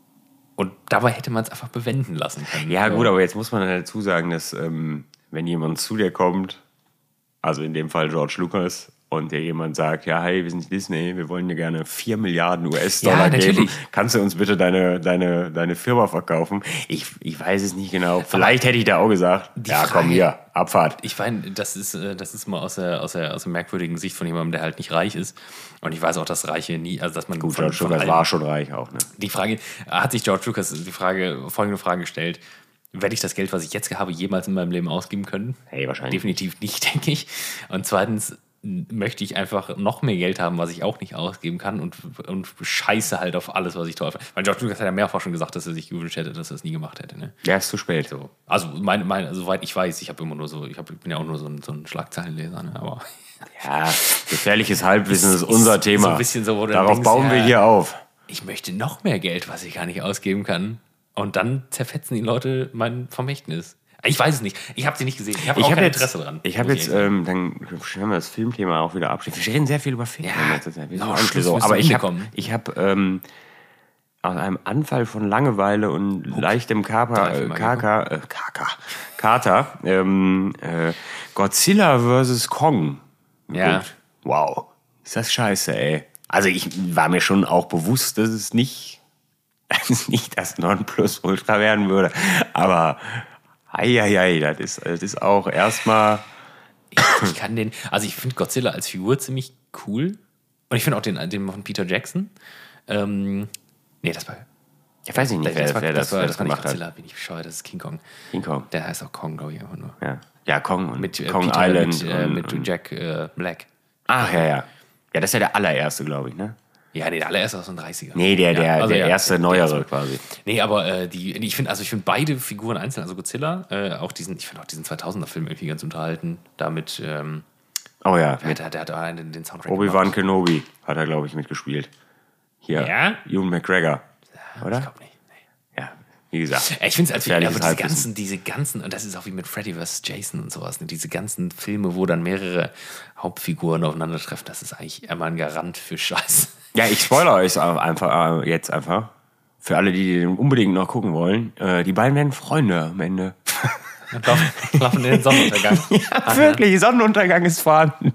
Und dabei hätte man es einfach bewenden lassen können. Ja, so. gut, aber jetzt muss man dazu sagen, dass ähm, wenn jemand zu dir kommt, also in dem Fall George Lucas, und dir jemand sagt, ja, hey, wir sind Disney, wir wollen dir gerne vier Milliarden U S-Dollar Ja, geben. natürlich. Kannst du uns bitte deine, deine, deine Firma verkaufen? Ich, ich weiß es nicht genau. Vielleicht hätte ich da auch gesagt, ja, Frage- komm hier, Abfahrt. Ich meine, das ist, äh, das ist mal aus der, aus, der, aus der merkwürdigen Sicht von jemandem, der halt nicht reich ist. Und ich weiß auch, dass Reiche nie, also dass man Gut, von, George von Lucas allen- war schon reich auch, ne? Die Frage, hat sich George Lucas die Frage, folgende Frage gestellt: Werde ich das Geld, was ich jetzt habe, jemals in meinem Leben ausgeben können? Hey, wahrscheinlich. Definitiv nicht, denke ich. Und zweitens möchte ich einfach noch mehr Geld haben, was ich auch nicht ausgeben kann und, und scheiße halt auf alles, was ich toll finde. Weil George Lucas hat ja mehrfach schon gesagt, dass er sich gewünscht hätte, dass er es nie gemacht hätte. Ne? Ja, ist zu spät. So. Also, mein, mein, also, soweit ich weiß, ich habe immer nur so, ich, hab, ich bin ja auch nur so ein, so ein Schlagzeilenleser, ne? Aber Ja, gefährliches Halbwissen ist unser ist Thema. so ein bisschen so, wo du dann Darauf denkst, bauen wir ja, hier auf. ich möchte noch mehr Geld, was ich gar nicht ausgeben kann. Und dann zerfetzen die Leute mein Vermächtnis. Ich weiß es nicht. Ich habe sie nicht gesehen. Ich habe auch hab kein jetzt, Interesse dran. Ich habe muss jetzt, ehrlich sagen. ähm, dann stellen wir das Filmthema auch wieder ab. Wir reden sehr viel über Filme. Ja, in letzter Zeit. Wir sind oh, auch nicht Schluss, so. müssen Aber wir ich Ende habe kommen. ich hab, ähm, aus einem Anfall von Langeweile und leichtem Kaper, Drei äh, Filme Kaka, äh, Kaka, Kater, ähm, äh, Godzilla versus. Kong. Ja. geguckt. Wow. Ist das scheiße, ey. Also ich war mir schon auch bewusst, dass es nicht, dass es nicht das Nonplusultra werden würde. Aber Eieiei, das ist, das ist auch erstmal. Ich kann den, also ich finde Godzilla als Figur ziemlich cool. Und ich finde auch den, den von Peter Jackson. Ähm, nee, das war. Ich weiß nicht, Das, wer, das, war, wer das, das, war, wer das das war nicht gemacht hat. Godzilla, bin ich bescheuert, das ist King Kong. King Kong. Der heißt auch Kong, glaube ich, einfach nur. Ja, ja Kong und Mit äh, Kong Peter, Island. mit, äh, und, mit und, Jack äh, Black. ach, ja, ja. Ja, das ist ja der allererste, glaube ich, ne? Ja, nee, der allererste aus den dreißiger. Nee, der, der, ja, also der ja, erste der neuere erste. quasi. Nee, aber äh, die, ich finde also ich finde beide Figuren einzeln, also Godzilla, äh, auch diesen, ich finde auch diesen zweitausender-Film irgendwie ganz unterhalten. Damit, ähm, Oh ja, der, mit der, der hat auch den, den Soundtrack Obi-Wan gemacht. Kenobi hat er, glaube ich, mitgespielt. Hier, Ja? Ewan McGregor, Ich oder? glaube nicht. Nee. Ja, wie gesagt. Ich finde es als Gefährliches aber diese Halbwissen. ganzen, diese ganzen, und das ist auch wie mit Freddy versus. Jason und sowas, ne? Diese ganzen Filme, wo dann mehrere Hauptfiguren aufeinandertreffen, das ist eigentlich immer ein Garant für Scheiß. Ja, ich spoilere euch auch einfach äh, jetzt einfach. Für alle, die den unbedingt noch gucken wollen. Äh, die beiden werden Freunde am Ende. Und laufen, laufen in den Sonnenuntergang. Ja, wirklich, Sonnenuntergang ist vorhanden.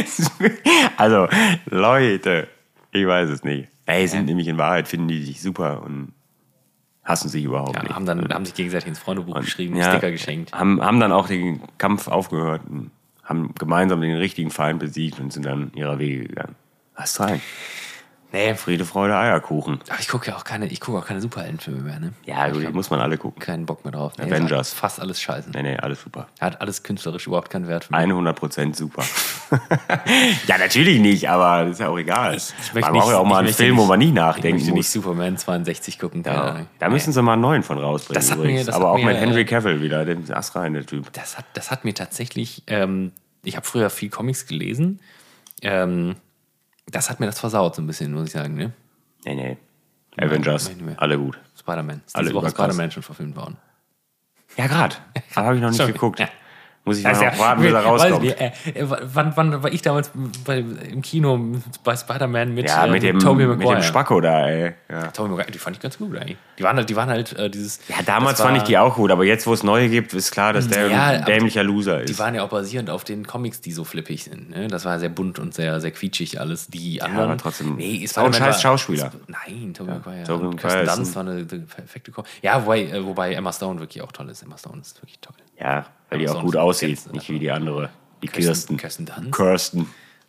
Also, Leute, ich weiß es nicht. Ey, sind nämlich in Wahrheit, finden die sich super und hassen sich überhaupt Ja, nicht. haben dann haben sich gegenseitig ins Freundebuch geschrieben, Ja, Sticker geschenkt. Haben, haben dann auch den Kampf aufgehört und haben gemeinsam den richtigen Feind besiegt und sind dann ihrer Wege gegangen. Was rein? Nee, Friede, Freude, Eierkuchen. aber ich gucke ja auch keine, ich gucke auch keine Superheldenfilme mehr, ne? Ja, gut, die muss man alle gucken. Keinen Bock mehr drauf. Nee, Avengers. ist fast alles scheiße. Nee, nee, alles super. Hat alles künstlerisch überhaupt keinen Wert für mich. hundert Prozent super. Ja, natürlich nicht, aber das ist ja auch egal. Ich möchte man braucht ja auch nicht- mal ich einen möchte Film, nicht- wo man nie Ich nachdenken möchte nicht muss. Superman zweiundsechzig gucken. keine Ja, Ahnung. da müssen sie mal einen neuen von rausbringen. Das hat mir- übrigens. das aber hat auch mir, mit Henry äh, Cavill wieder, dem Ast rein, der Typ. Das hat, das hat mir tatsächlich, ähm, ich habe früher viel Comics gelesen, ähm, das hat mir das versaut so ein bisschen, muss ich sagen, ne? Nee, nee. Avengers, Nein, nicht mehr. alle gut. Spider-Man. Ist Alle diese Woche überkrass. Spider-Man schon verfilmt worden. Ja, gerade. Aber habe ich noch nicht Schon. geguckt. Ja. Muss ich mal Also, noch warten, bis er weiß rauskommt. nicht, äh, äh, wann, wann war ich damals bei, im Kino bei Spider-Man mit, Ja, äh, mit dem, Tobey mit Maguire? dem Spacko da, ey. Ja, Tobey Maguire, die fand ich ganz gut eigentlich. Die waren halt, die waren halt äh, dieses... ja damals das war- fand ich die auch gut, aber jetzt, wo es neue gibt, ist klar, dass der Ja, ein aber dämlicher Loser Die ist. waren ja auch basierend auf den Comics, die so flippig sind. Ne? Das war sehr bunt und sehr, sehr quietschig alles. Die anderen... aber trotzdem- Nee, ist auch ein Spider-Man scheiß war- Schauspieler. ist- Nein, Tobey Maguire. Tobey Und Maguire Kirsten ist Dunst war eine, eine perfekte Kombi. Ja, wobei, äh, wobei Emma Stone wirklich auch toll ist. Emma Stone ist wirklich toll. Ja, weil die Aber auch sonst gut aussieht, jetzt, nicht also- wie die andere. Die Kirsten- Kirsten. Kirsten Dunst? Kirsten.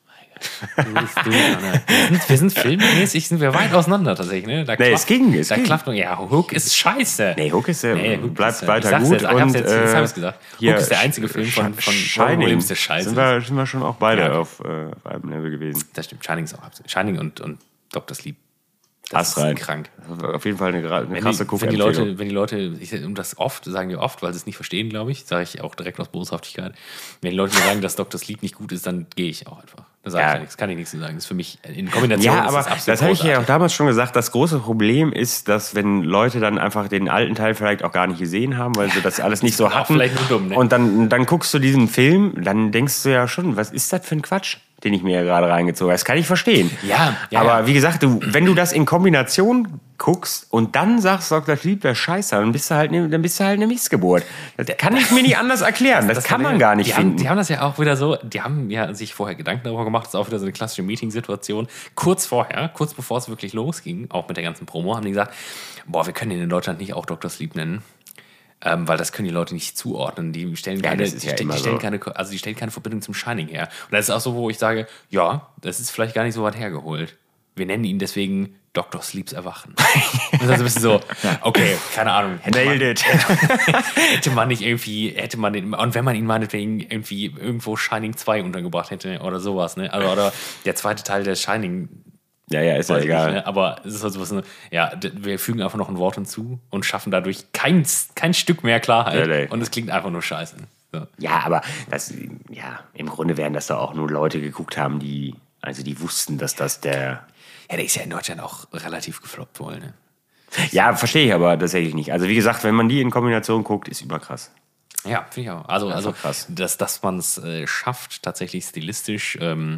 Du bist du, Anna. wir, sind, wir sind filmmäßig sind wir weit auseinander tatsächlich. Ne? Da Nee, es ging, es da ging. klafft noch, ja, Hook ist scheiße. Nee, Hook ist, äh, Nee, Hook bleibt ist, äh, weiter ich sag's gut. Jetzt, ich hab's und, jetzt, jetzt hab ich's gesagt. hier Hook ist der einzige Film von, von Robin Williams, der scheiße sind wir, sind wir schon auch beide Ja, okay. auf, äh, auf einem Level gewesen. Das stimmt, Shining ist auch absolut. Shining und, und Doktor Sleep. Hast rein. Krank. Auf jeden Fall eine, gra- eine Wenn krasse die, wenn die Guckempfehlung. Leute, wenn die Leute, ich und das oft, sagen die oft, weil sie es nicht verstehen, glaube ich, sage ich auch direkt aus Boshaftigkeit. Wenn die Leute mir sagen, dass Doktor Sleep nicht gut ist, dann gehe ich auch einfach. Da sage Ja. ich ja nichts, kann ich nichts zu sagen. Das ist für mich in Kombination Ja, ist aber das absolut das habe ich ja auch großartig. damals schon gesagt. Das große Problem ist, dass wenn Leute dann einfach den alten Teil vielleicht auch gar nicht gesehen haben, weil sie das alles nicht so sind auch hatten. vielleicht nur dumm, ne? Und dann, dann guckst du diesen Film, dann denkst du ja schon, was ist das für ein Quatsch, den ich mir ja gerade reingezogen habe. Das kann ich verstehen. Ja, ja, aber ja. wie gesagt, du, wenn du das in Kombination guckst und dann sagst, Doktor Sleep wäre scheiße, dann bist du halt ne, dann bist du halt eine Missgeburt. Das kann ich mir nicht anders erklären. Das, kann man gar nicht die finden. Haben, die haben das ja auch wieder so, die haben ja sich vorher Gedanken darüber gemacht, das ist auch wieder so eine klassische Meeting-Situation. Kurz vorher, kurz bevor es wirklich losging, auch mit der ganzen Promo, haben die gesagt, boah, wir können ihn in Deutschland nicht auch Doktor Sleep nennen. Ähm, weil das können die Leute nicht zuordnen. Die stellen Ja, keine, das ist die, ja ste- immer die stellen so. keine, also die stellen keine Verbindung zum Shining her. Und das ist auch so, wo ich sage, ja, das ist vielleicht gar nicht so weit hergeholt. Wir nennen ihn deswegen Doktor Sleeps Erwachen. Das ist also ein bisschen so, okay, keine Ahnung. Hätte man, Nailed it. hätte man nicht irgendwie, hätte man den, und wenn man ihn meinetwegen irgendwie irgendwo Shining zwei untergebracht hätte oder sowas, ne? Also, oder der zweite Teil der Shining. Ja, ja, ist ja Weiß ich egal. nicht, ne? Aber es ist halt sowas, ne? Ja, d- wir fügen einfach noch ein Wort hinzu und schaffen dadurch kein, kein Stück mehr Klarheit. Ja, nee. Und es klingt einfach nur scheiße. So. Ja, aber das, ja, im Grunde werden das da auch nur Leute geguckt haben, die, also die wussten, dass das der. Ja, der ist ja in Deutschland auch relativ gefloppt wohl, ne? Ja, verstehe ich aber tatsächlich nicht. Also wie gesagt, wenn man die in Kombination guckt, ist überkrass. Ja, finde ich auch. Also, also krass. dass, dass man es äh, schafft, tatsächlich stilistisch ähm,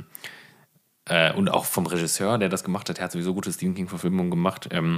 äh, und auch vom Regisseur, der das gemacht hat, der hat sowieso gute Stephen King-Verfilmungen gemacht, ähm,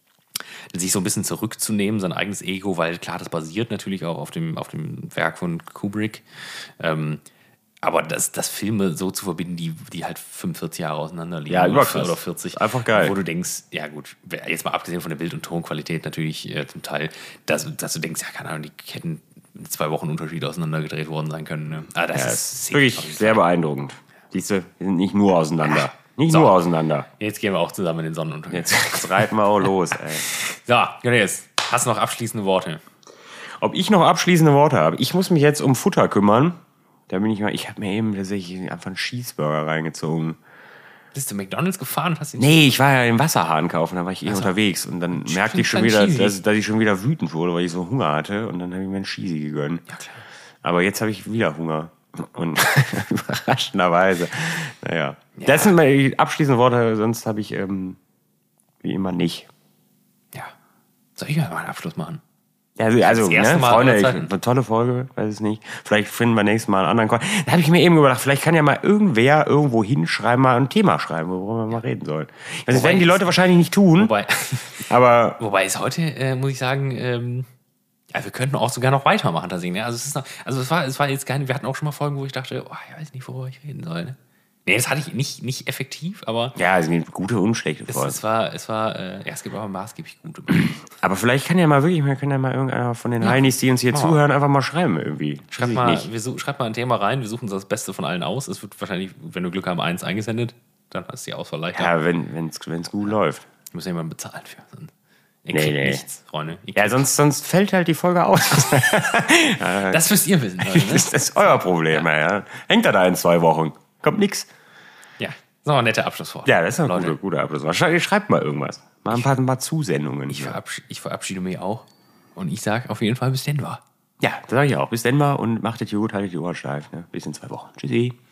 sich so ein bisschen zurückzunehmen, sein eigenes Ego, weil klar, das basiert natürlich auch auf dem, auf dem Werk von Kubrick. Ähm, aber das, das Filme so zu verbinden, die, die halt fünfundvierzig Jahre auseinander liegen. Ja, oder, überkrass. oder vierzig. Einfach geil. Wo du denkst, ja gut, jetzt mal abgesehen von der Bild- und Tonqualität natürlich äh, zum Teil, dass, dass du denkst, ja keine Ahnung, die hätten mit zwei Wochen Unterschied auseinander gedreht worden sein können. Ne? Aber das Ja, ist ist wirklich auf jeden sehr Fall. beeindruckend. Siehst du, wir sind nicht nur auseinander. Nicht So. nur auseinander. Jetzt gehen wir auch zusammen in den Sonnenuntergang. Jetzt, jetzt reiten wir auch los, ey. So, Johannes, hast du noch abschließende Worte? Ob ich noch abschließende Worte habe? Ich muss mich jetzt um Futter kümmern. Da bin ich mal, ich habe mir eben tatsächlich einfach einen Cheeseburger reingezogen. Bist du McDonalds gefahren und hast den Nee, ich war ja im Wasserhahn kaufen, da war ich eh unterwegs. Und dann merkte ich schon kleinen wieder, Cheesy. dass, dass ich schon wieder wütend wurde, weil ich so Hunger hatte. Und dann habe ich mir einen Cheesy gegönnt. Ja, klar. Aber jetzt habe ich wieder Hunger. Und überraschenderweise. Naja. Das sind meine abschließenden Worte, sonst habe ich ähm, wie immer nicht. Ja. Soll ich mal einen Abschluss machen? Ja, Also, also Das erste ne, Mal Freunde, aller ich, Zeiten. eine tolle Folge, weiß es nicht. Vielleicht finden wir nächstes Mal einen anderen Kon Da habe ich mir eben gedacht, vielleicht kann ja mal irgendwer irgendwo hinschreiben, mal ein Thema schreiben, worüber wir mal reden sollen. Also das Wobei werden die es- Leute wahrscheinlich nicht tun, Wobei, aber wobei es heute, äh, muss ich sagen, ähm, ja, wir könnten auch sogar noch weitermachen tatsächlich. Ne? Also es ist noch, also es war, es war jetzt gar nicht, wir hatten auch schon mal Folgen, wo ich dachte, oh, ich weiß nicht, worüber ich reden soll. Ne? Nee, das hatte ich nicht, nicht effektiv, aber ja, es gibt gute und schlechte es, Folgen. es war, es war, äh, ja, es gibt aber maßgeblich gute. Aber vielleicht kann ja mal wirklich, wir können ja mal irgendeiner von den Heinis, die uns hier Machen wir. zuhören, einfach mal schreiben irgendwie. Schreib Weiß ich mal, nicht. wir such, schreib mal ein Thema rein, wir suchen uns das Beste von allen aus. Es wird wahrscheinlich, wenn wir Glück haben, eins eingesendet, dann ist die Auswahl leichter. Ja, wenn es gut läuft. Ich muss ja jemanden bezahlen für. Ihr Nee, kriegt nee. nichts, Freunde. Ihr Ja, kriegt- sonst, sonst fällt halt die Folge aus. das müsst ihr wissen, Leute. Ne? Das ist euer Problem, ja. Hängt er da in zwei Wochen. Kommt nix. Ja, so ein netter Abschlusswort. Ja, das ist ein Leute, guter, guter Abschluss. Wahrscheinlich schreibt mal irgendwas. Mal ein paar, ein paar Zusendungen. Ich, verabschiede, ich verabschiede mich auch. Und ich sage auf jeden Fall bis Denver. Ja, das sage ich auch. Bis dann mal und macht es gut, haltet die Ohren steif. Ne? Bis in zwei Wochen. Tschüssi.